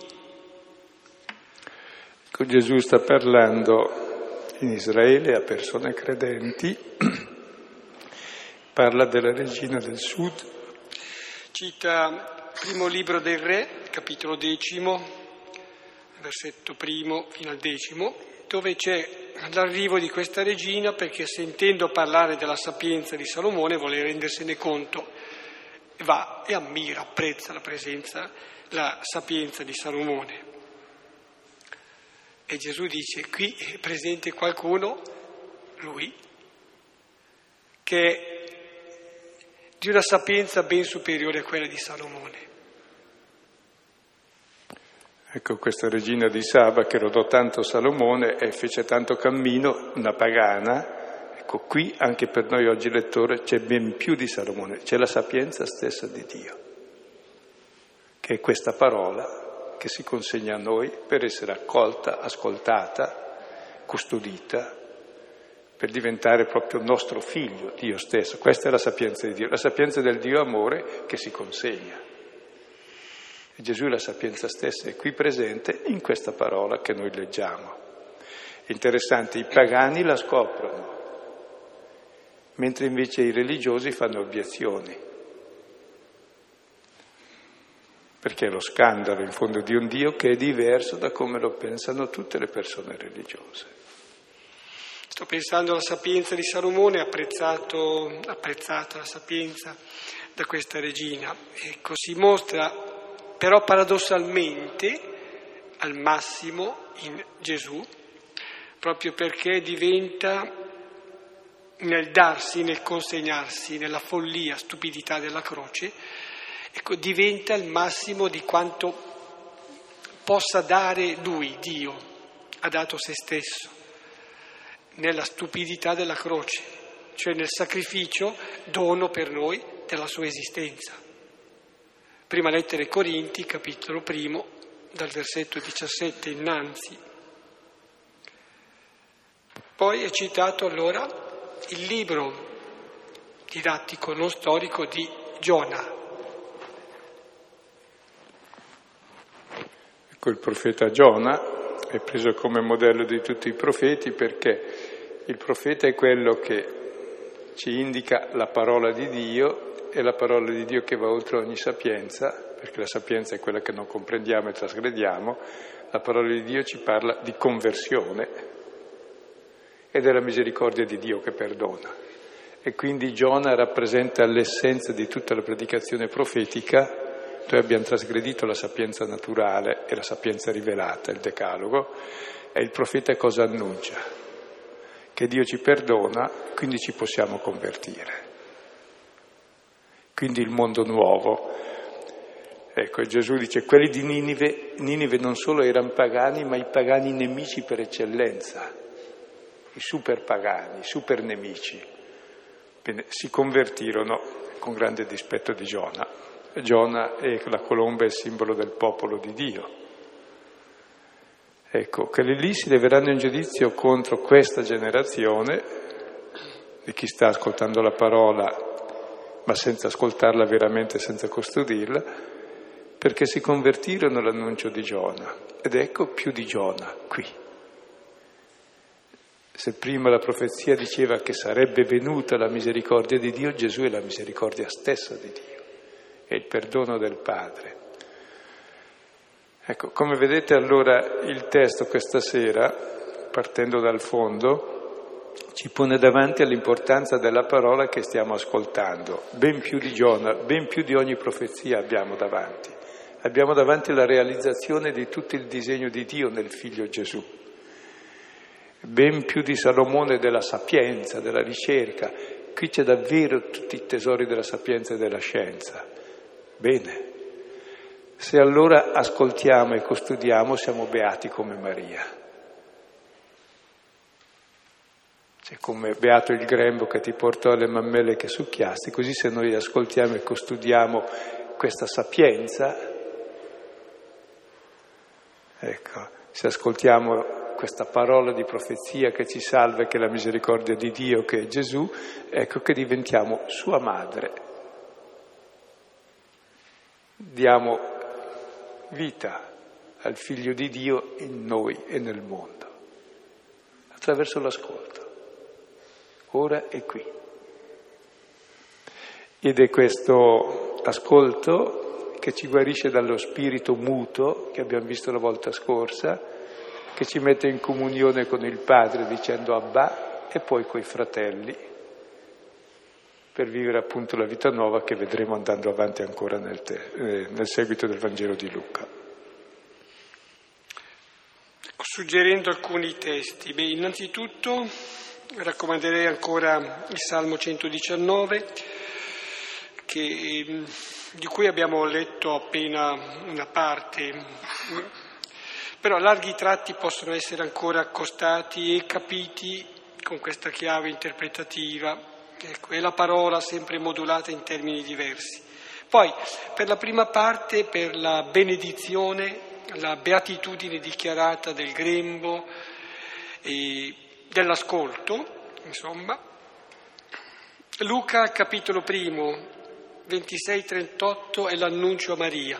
Ecco, Gesù sta parlando in Israele a persone credenti, parla della regina del sud. Cita il primo libro del Re, capitolo decimo, versetto primo fino al decimo, dove c'è l'arrivo di questa regina perché sentendo parlare della sapienza di Salomone vuole rendersene conto, va e ammira, apprezza la presenza, la sapienza di Salomone. E Gesù dice, qui è presente qualcuno, lui, che è di una sapienza ben superiore a quella di Salomone. Ecco, questa regina di Saba che rodò tanto Salomone e fece tanto cammino, una pagana, ecco qui anche per noi oggi lettore c'è ben più di Salomone, c'è la sapienza stessa di Dio, che è questa parola che si consegna a noi per essere accolta, ascoltata, custodita, per diventare proprio nostro figlio, Dio stesso. Questa è la sapienza di Dio, la sapienza del Dio amore che si consegna. E Gesù è la sapienza stessa, è qui presente in questa parola che noi leggiamo. È interessante, i pagani la scoprono, mentre invece i religiosi fanno obiezioni. Perché è lo scandalo in fondo di un Dio che è diverso da come lo pensano tutte le persone religiose. Sto pensando alla sapienza di Salomone, apprezzato, apprezzata la sapienza da questa regina. Ecco, si mostra però paradossalmente al massimo in Gesù, proprio perché diventa nel darsi, nel consegnarsi, nella follia, stupidità della croce, ecco, diventa il massimo di quanto possa dare Lui, Dio, ha dato se stesso, nella stupidità della croce, cioè nel sacrificio, dono per noi della sua esistenza. Prima lettera ai Corinti, capitolo primo, dal versetto diciassette innanzi. Poi è citato allora il libro didattico non storico di Giona. Ecco, il profeta Giona è preso come modello di tutti i profeti perché il profeta è quello che ci indica la parola di Dio e la parola di Dio che va oltre ogni sapienza, perché la sapienza è quella che non comprendiamo e trasgrediamo. La parola di Dio ci parla di conversione e della misericordia di Dio che perdona. E quindi Giona rappresenta l'essenza di tutta la predicazione profetica. Noi abbiamo trasgredito la sapienza naturale e la sapienza rivelata, il decalogo, e il profeta cosa annuncia? Che Dio ci perdona, quindi ci possiamo convertire. Quindi il mondo nuovo. Ecco, Gesù dice, quelli di Ninive, Ninive non solo erano pagani, ma i pagani nemici per eccellenza, i super pagani, i super nemici. Bene, si convertirono con grande dispetto di Giona. Giona e la colomba è il simbolo del popolo di Dio. Ecco, che lì si leveranno in giudizio contro questa generazione di chi sta ascoltando la parola ma senza ascoltarla veramente, senza custodirla, perché si convertirono all'annuncio di Giona. Ed ecco più di Giona qui. Se prima la profezia diceva che sarebbe venuta la misericordia di Dio, Gesù è la misericordia stessa di Dio, è il perdono del Padre. Ecco, come vedete allora il testo questa sera, partendo dal fondo, ci pone davanti all'importanza della parola che stiamo ascoltando. Ben più di Giona, ben più di ogni profezia abbiamo davanti. Abbiamo davanti la realizzazione di tutto il disegno di Dio nel Figlio Gesù. Ben più di Salomone della sapienza, della ricerca. Qui c'è davvero tutti i tesori della sapienza e della scienza. Bene. Se allora ascoltiamo e custodiamo, siamo beati come Maria. C'è come beato il grembo che ti portò alle mammelle che succhiasti, così se noi ascoltiamo e custodiamo questa sapienza, ecco, se ascoltiamo questa parola di profezia che ci salva e che è la misericordia di Dio, che è Gesù, ecco che diventiamo sua madre. Diamo vita al Figlio di Dio in noi e nel mondo, attraverso l'ascolto, ora e qui. Ed è questo ascolto che ci guarisce dallo spirito muto che abbiamo visto la volta scorsa, che ci mette in comunione con il Padre dicendo Abba e poi coi fratelli, per vivere appunto la vita nuova che vedremo andando avanti ancora nel, te- eh, nel seguito del Vangelo di Luca. Suggerendo alcuni testi, beh, innanzitutto raccomanderei ancora il Salmo centodiciannove, che, di cui abbiamo letto appena una parte, però larghi tratti possono essere ancora accostati e capiti con questa chiave interpretativa. Ecco, è la parola sempre modulata in termini diversi. Poi, per la prima parte, per la benedizione, la beatitudine dichiarata del grembo e dell'ascolto, insomma, Luca, capitolo primo, ventisei trentotto, è l'annuncio a Maria.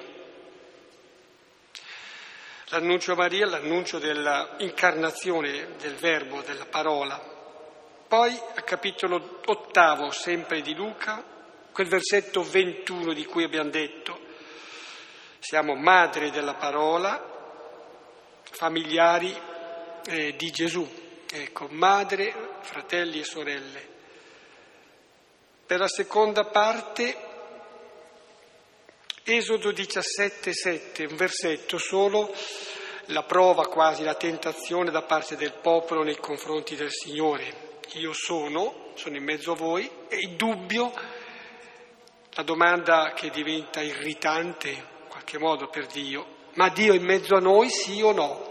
L'annuncio a Maria, l'annuncio dell'incarnazione del verbo, della parola. Poi, a capitolo ottavo, sempre di Luca, quel versetto ventuno di cui abbiamo detto, siamo madre della parola, familiari eh, di Gesù, ecco, madre, fratelli e sorelle. Per la seconda parte, Esodo diciassette sette, un versetto solo, la prova quasi, la tentazione da parte del popolo nei confronti del Signore. io sono, sono in mezzo a voi, e il dubbio, la domanda che diventa irritante in qualche modo per Dio, ma Dio in mezzo a noi sì o no?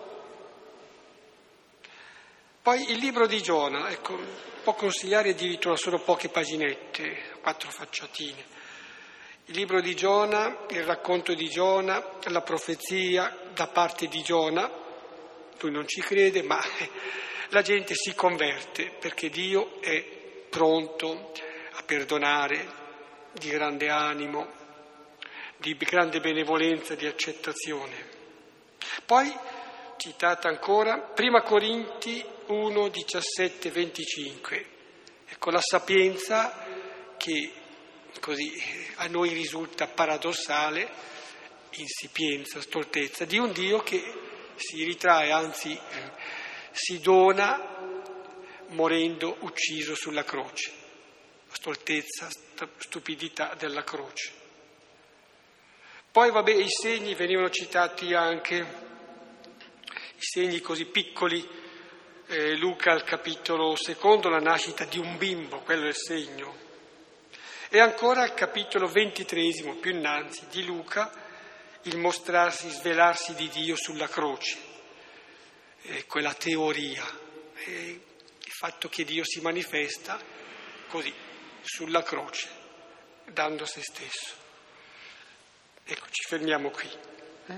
Poi il libro di Giona, ecco, può consigliare addirittura solo poche paginette, quattro facciatine. Il libro di Giona, il racconto di Giona, la profezia da parte di Giona, lui non ci crede, ma la gente si converte perché Dio è pronto a perdonare, di grande animo, di grande benevolenza, di accettazione. Poi, citata ancora, Prima Corinti uno, diciassette, venticinque. Ecco la sapienza che così a noi risulta paradossale, insipienza, stoltezza, di un Dio che si ritrae, anzi si dona morendo ucciso sulla croce. La stoltezza, stupidità della croce. Poi vabbè, i segni venivano citati anche, i segni così piccoli, eh, Luca al capitolo secondo, la nascita di un bimbo, quello è il segno. E ancora al capitolo ventitresimo, più innanzi, di Luca, il mostrarsi, svelarsi di Dio sulla croce, eh, quella teoria, eh, il fatto che Dio si manifesta così, sulla croce, dando se stesso. Ecco, ci fermiamo qui. Eh?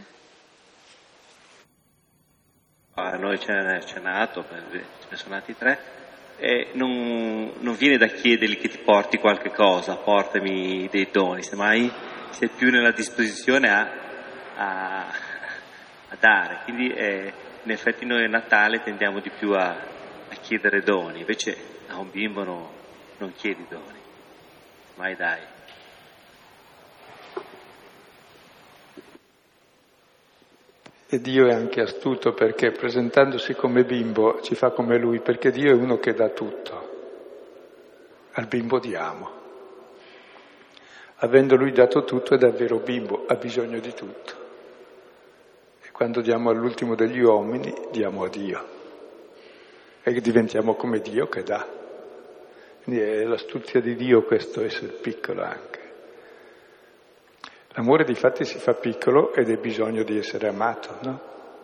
A noi ce n'è, ce n'è nato, ce ne sono nati tre. E non, non viene da chiedergli che ti porti qualche cosa, portami dei doni, semmai sei più nella disposizione a, a, a dare. Quindi eh, in effetti noi a Natale tendiamo di più a, a chiedere doni, invece a un bimbo no, non chiedi doni, mai dai. E Dio è anche astuto perché presentandosi come bimbo ci fa come Lui, perché Dio è uno che dà tutto. Al bimbo diamo. Avendo Lui dato tutto è davvero bimbo, ha bisogno di tutto. E quando diamo all'ultimo degli uomini, diamo a Dio. E diventiamo come Dio che dà. Quindi è l'astuzia di Dio questo essere piccolo anche. L'amore di fatti si fa piccolo ed è bisogno di essere amato, no?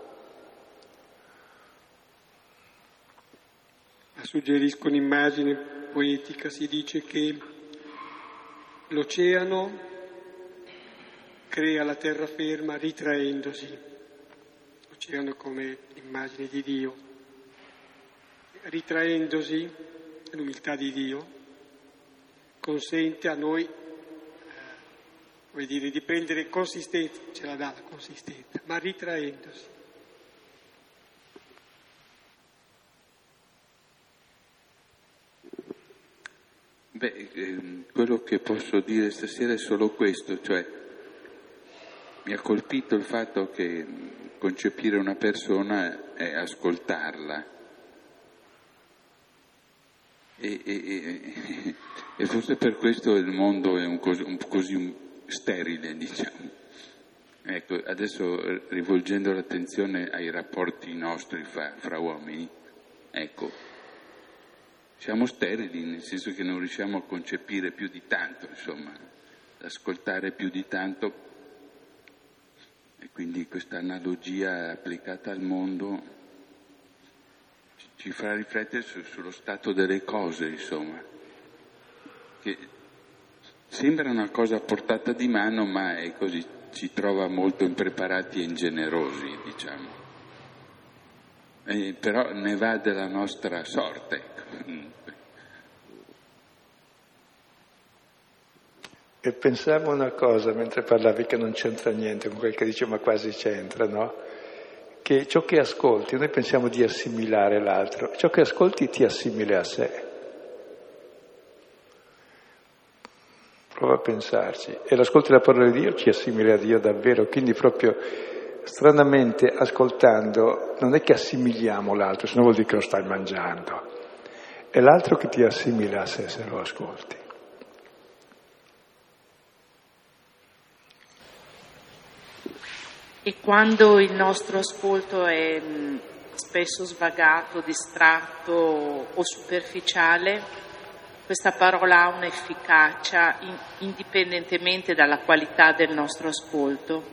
Suggerisco un'immagine poetica, si dice che l'oceano crea la terraferma ritraendosi, l'oceano come immagine di Dio, ritraendosi, l'umiltà di Dio, consente a noi vuol dire di prendere consistenza, ce la dà la consistenza, ma ritraendosi. Beh, ehm, quello che posso dire stasera è solo questo, cioè mi ha colpito il fatto che concepire una persona è ascoltarla. E, e, e, e forse per questo il mondo è un così, un, così un, sterile, diciamo. Ecco, adesso rivolgendo l'attenzione ai rapporti nostri fra, fra uomini, ecco, siamo sterili, nel senso che non riusciamo a concepire più di tanto, insomma, ad ascoltare più di tanto, e quindi questa analogia applicata al mondo ci, ci fa riflettere su, sullo stato delle cose, insomma, che sembra una cosa a portata di mano, ma è così, ci trova molto impreparati e ingenerosi, diciamo. E però ne va della nostra sorte, ecco. E pensavo una cosa mentre parlavi che non c'entra niente con quel che dice, ma quasi c'entra, no? Che ciò che ascolti, noi pensiamo di assimilare l'altro, ciò che ascolti ti assimila a sé. Prova a pensarci. E l'ascolto della parola di Dio ci assimila a Dio davvero, quindi proprio stranamente ascoltando non è che assimiliamo l'altro, se no vuol dire che lo stai mangiando. È l'altro che ti assimila a sé se lo ascolti. E quando il nostro ascolto è spesso svagato, distratto o superficiale, questa parola ha un'efficacia in, indipendentemente dalla qualità del nostro ascolto.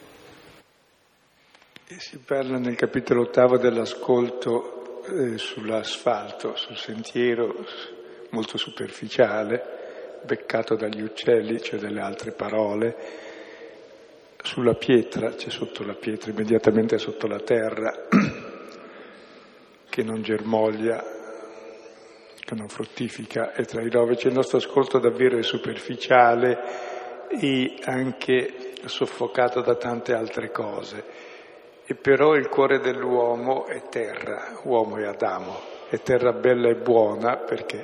E si parla nel capitolo ottavo dell'ascolto eh, sull'asfalto, sul sentiero molto superficiale, beccato dagli uccelli, cioè delle altre parole, sulla pietra, c'è sotto la pietra, immediatamente sotto la terra, che non germoglia, che non fruttifica, e tra i rovi c'è il nostro ascolto davvero è superficiale e anche soffocato da tante altre cose. E però il cuore dell'uomo è terra, uomo e Adamo, è terra bella e buona perché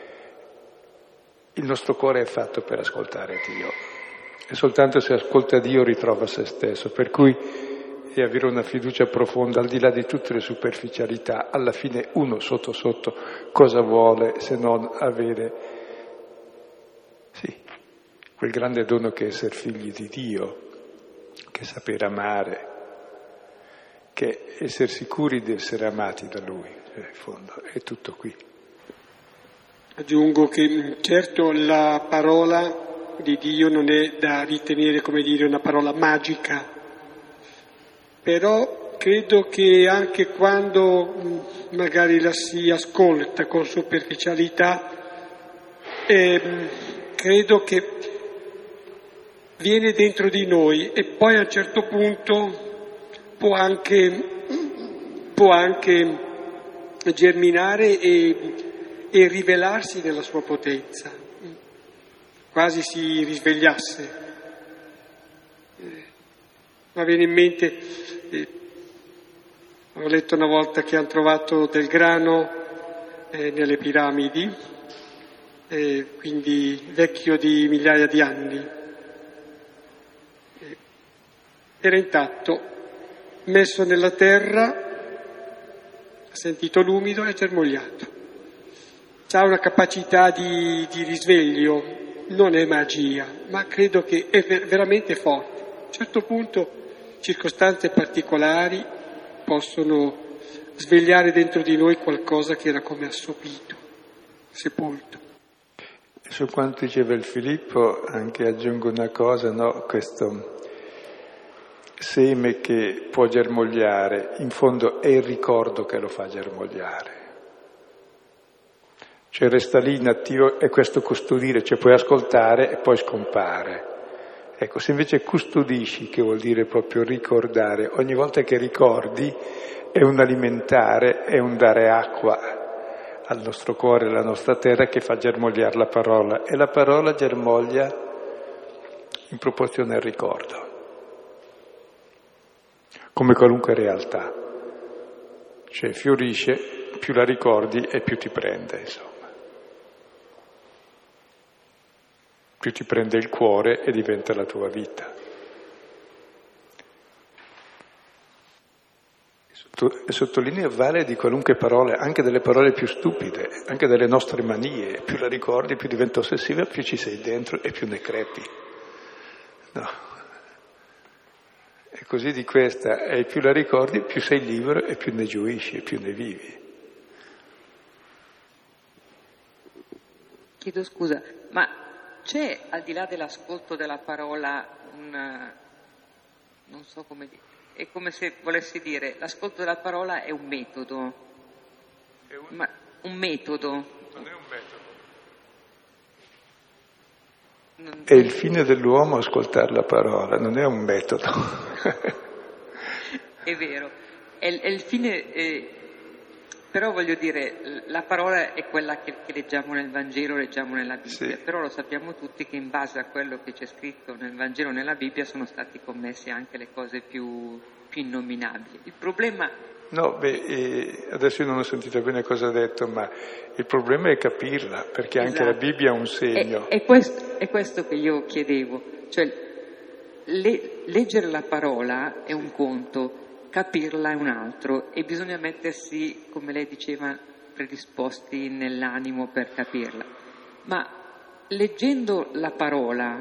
il nostro cuore è fatto per ascoltare Dio. E soltanto se ascolta Dio ritrova se stesso, per cui e avere una fiducia profonda al di là di tutte le superficialità. Alla fine uno sotto sotto cosa vuole se non avere, sì, quel grande dono che è essere figli di Dio, che è sapere amare, che è essere sicuri di essere amati da Lui, in fondo, è tutto qui. Aggiungo che certo la parola di Dio non è da ritenere, come dire, una parola magica, però credo che anche quando magari la si ascolta con superficialità, eh, credo che viene dentro di noi e poi a un certo punto può anche, può anche germinare e, e rivelarsi nella sua potenza, quasi si risvegliasse. Mi viene in mente, eh, ho letto una volta che hanno trovato del grano eh, nelle piramidi, eh, quindi vecchio di migliaia di anni. Eh, era intatto, messo nella terra, ha sentito l'umido e germogliato. Ha una capacità di, di risveglio, non è magia, ma credo che è ver- veramente forte. A un certo punto circostanze particolari possono svegliare dentro di noi qualcosa che era come assopito, sepolto. Su quanto diceva il Filippo, anche aggiungo una cosa, no? Questo seme che può germogliare, in fondo è il ricordo che lo fa germogliare. Cioè resta lì inattivo, è questo custodire, cioè puoi ascoltare e poi scompare. Ecco, se invece custodisci, che vuol dire proprio ricordare, ogni volta che ricordi è un alimentare, è un dare acqua al nostro cuore, alla nostra terra, che fa germogliare la parola. E la parola germoglia in proporzione al ricordo, come qualunque realtà. Cioè fiorisce, più la ricordi e più ti prende, insomma. Più ti prende il cuore e diventa la tua vita. E sottolineo vale di qualunque parola, anche delle parole più stupide, anche delle nostre manie. Più la ricordi, più diventa ossessiva, più ci sei dentro e più ne crepi. No. E così di questa, e più la ricordi, più sei libero e più ne gioisci e più ne vivi. Chiedo scusa, ma c'è, al di là dell'ascolto della parola, un, non so come dire, è come se volessi dire, l'ascolto della parola è un metodo. È un... Ma un metodo. Non è un metodo. Non... È il fine dell'uomo ascoltare la parola, non è un metodo. È vero, è, è il fine... È... Però voglio dire, la parola è quella che, che leggiamo nel Vangelo, leggiamo nella Bibbia, sì. Però lo sappiamo tutti che in base a quello che c'è scritto nel Vangelo e nella Bibbia sono stati commessi anche le cose più, più innominabili. Il problema... No, beh, eh, adesso io non ho sentito bene cosa ha detto, ma il problema è capirla, perché anche esatto. La Bibbia ha un segno. È, è, questo, è questo che io chiedevo, cioè le, leggere la parola è un conto, capirla è un altro e bisogna mettersi, come lei diceva, predisposti nell'animo per capirla. Ma leggendo la parola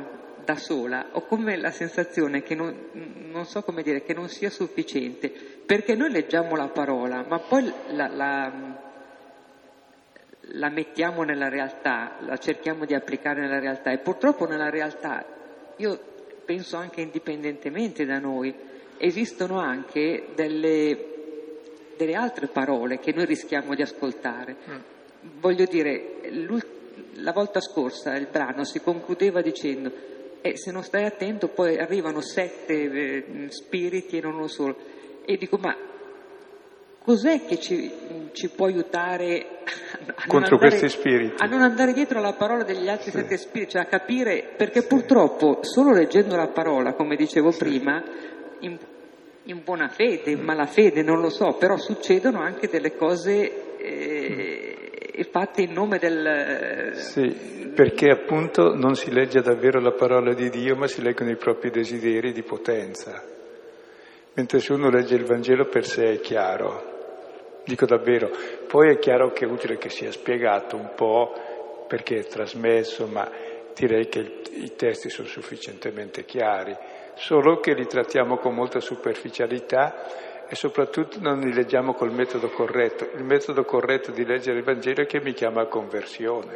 da sola, ho come la sensazione che non, non so come dire, che non sia sufficiente, perché noi leggiamo la parola, ma poi la, la, la mettiamo nella realtà, la cerchiamo di applicare nella realtà, e purtroppo nella realtà, io penso anche indipendentemente da noi, esistono anche delle, delle altre parole che noi rischiamo di ascoltare. Mm. Voglio dire, la volta scorsa il brano si concludeva dicendo eh, se non stai attento poi arrivano sette eh, spiriti e non uno solo. E dico, ma cos'è che ci, ci può aiutare a contro andare, questi spiriti? A non andare dietro alla parola degli altri sì. sette spiriti, cioè a capire, perché sì. Purtroppo solo leggendo la parola, come dicevo sì. prima, in, in buona fede, in malafede, non lo so, però succedono anche delle cose eh, fatte in nome del... Sì, perché appunto non si legge davvero la parola di Dio, ma si leggono i propri desideri di potenza. Mentre se uno legge il Vangelo per sé è chiaro, dico davvero, poi è chiaro che è utile che sia spiegato un po' perché è trasmesso, ma direi che il, i testi sono sufficientemente chiari, solo che li trattiamo con molta superficialità e soprattutto non li leggiamo col metodo corretto. Il metodo corretto di leggere il Vangelo è che mi chiama a conversione.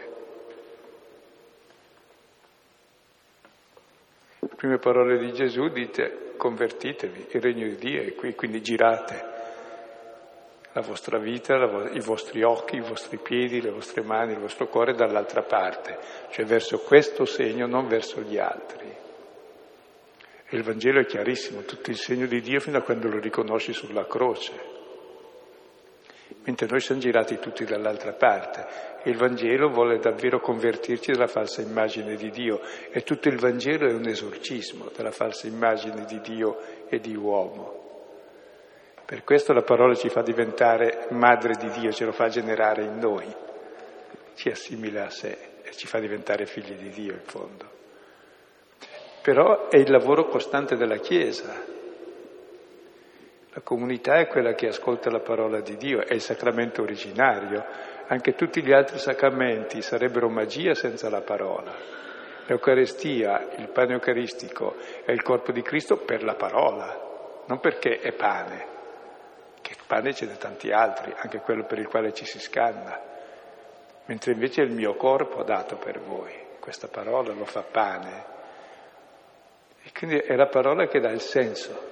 Le prime parole di Gesù dite convertitevi, il regno di Dio è qui, quindi girate la vostra vita, la vo- i vostri occhi, i vostri piedi, le vostre mani, il vostro cuore dall'altra parte, cioè verso questo segno, non verso gli altri. E il Vangelo è chiarissimo, tutto il segno di Dio fino a quando lo riconosci sulla croce. Mentre noi siamo girati tutti dall'altra parte. E il Vangelo vuole davvero convertirci dalla falsa immagine di Dio. E tutto il Vangelo è un esorcismo della falsa immagine di Dio e di uomo. Per questo la parola ci fa diventare madre di Dio, ce lo fa generare in noi. Ci assimila a sé e ci fa diventare figli di Dio in fondo. Però è il lavoro costante della Chiesa. La comunità è quella che ascolta la parola di Dio, è il sacramento originario. Anche tutti gli altri sacramenti sarebbero magia senza la parola. L'Eucaristia, il pane eucaristico, è il corpo di Cristo per la parola, non perché è pane, che pane ce n'è tanti altri, anche quello per il quale ci si scanna. Mentre invece il mio corpo dato per voi, questa parola lo fa pane. E quindi è la parola che dà il senso,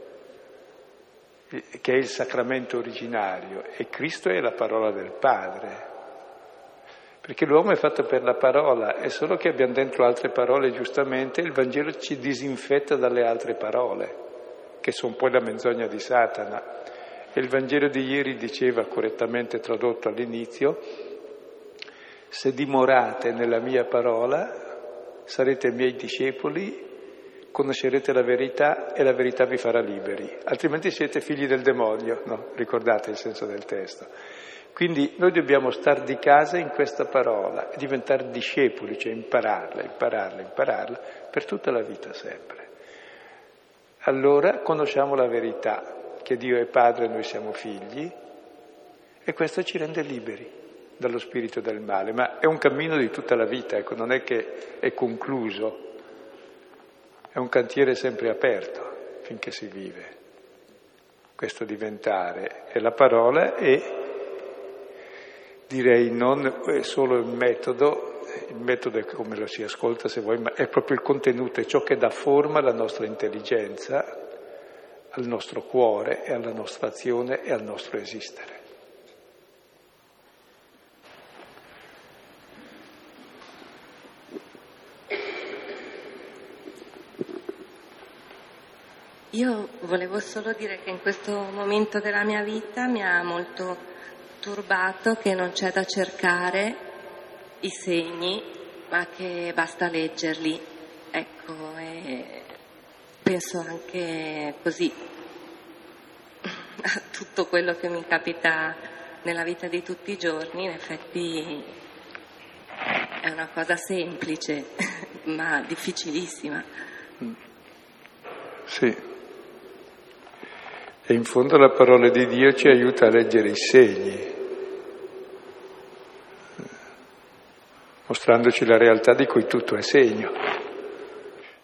che è il sacramento originario, e Cristo è la parola del Padre. Perché l'uomo è fatto per la parola, è solo che abbiamo dentro altre parole, giustamente, il Vangelo ci disinfetta dalle altre parole, che sono poi la menzogna di Satana. E il Vangelo di ieri diceva, correttamente tradotto all'inizio, se dimorate nella mia parola, sarete miei discepoli, conoscerete la verità e la verità vi farà liberi, altrimenti siete figli del demonio, no? Ricordate il senso del testo. Quindi noi dobbiamo star di casa in questa parola e diventare discepoli, cioè impararla, impararla, impararla per tutta la vita sempre. Allora conosciamo la verità, che Dio è Padre e noi siamo figli, e questo ci rende liberi dallo spirito del male, ma è un cammino di tutta la vita, ecco, non è che è concluso. È un cantiere sempre aperto finché si vive, questo diventare. E la parola è, direi, non solo il metodo, il metodo è come lo si ascolta se vuoi, ma è proprio il contenuto, è ciò che dà forma alla nostra intelligenza, al nostro cuore e alla nostra azione e al nostro esistere. Io volevo solo dire che in questo momento della mia vita mi ha molto turbato che non c'è da cercare i segni, ma che basta leggerli. Ecco, e penso anche così a tutto quello che mi capita nella vita di tutti i giorni. In effetti è una cosa semplice, ma difficilissima. Sì. E in fondo la parola di Dio ci aiuta a leggere i segni, mostrandoci la realtà di cui tutto è segno.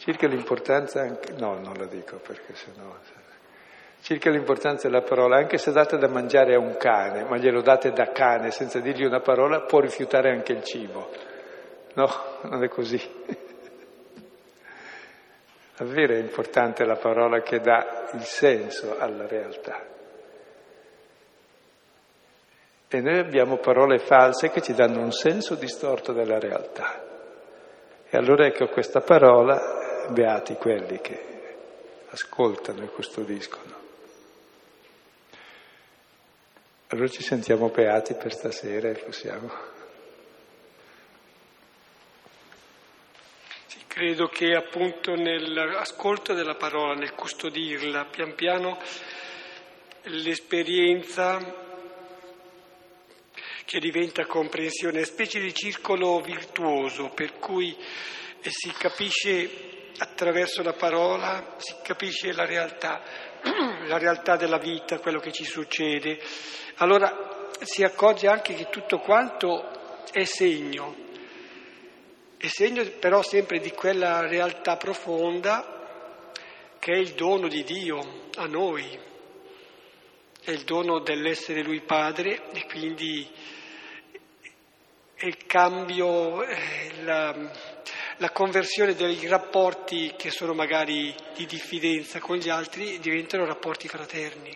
circa l'importanza, anche, no, non lo dico perché sennò, circa l'importanza della parola, anche se date da mangiare a un cane, ma glielo date da cane senza dirgli una parola, può rifiutare anche il cibo. No, non è così. Davvero è importante la parola che dà il senso alla realtà. E noi abbiamo parole false che ci danno un senso distorto della realtà. E allora ecco questa parola, beati quelli che ascoltano e custodiscono. Allora ci sentiamo beati per stasera e possiamo. Sì, credo che appunto nell'ascolto della parola, nel custodirla, pian piano l'esperienza che diventa comprensione, una specie di circolo virtuoso per cui si capisce attraverso la parola, si capisce la realtà, la realtà della vita, quello che ci succede. Allora si accorge anche che tutto quanto è segno, è segno però sempre di quella realtà profonda che è il dono di Dio a noi, è il dono dell'essere Lui Padre e quindi è il cambio, è la, la conversione dei rapporti che sono magari di diffidenza con gli altri diventano rapporti fraterni.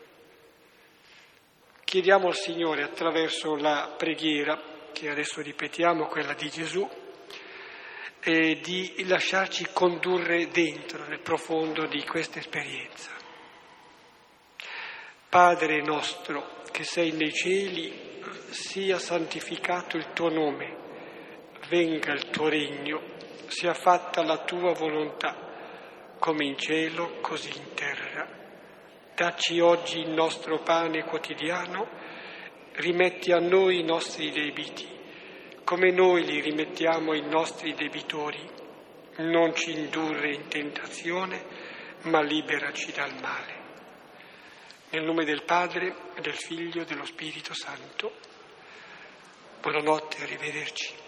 Chiediamo al Signore attraverso la preghiera, che adesso ripetiamo, quella di Gesù, eh, di lasciarci condurre dentro, nel profondo di questa esperienza. Padre nostro che sei nei cieli, sia santificato il tuo nome, venga il tuo regno, sia fatta la tua volontà, come in cielo, così in terra. Dacci oggi il nostro pane quotidiano, rimetti a noi i nostri debiti, come noi li rimettiamo ai nostri debitori. Non ci indurre in tentazione, ma liberaci dal male. Nel nome del Padre, del Figlio e dello Spirito Santo. Buonanotte, arrivederci.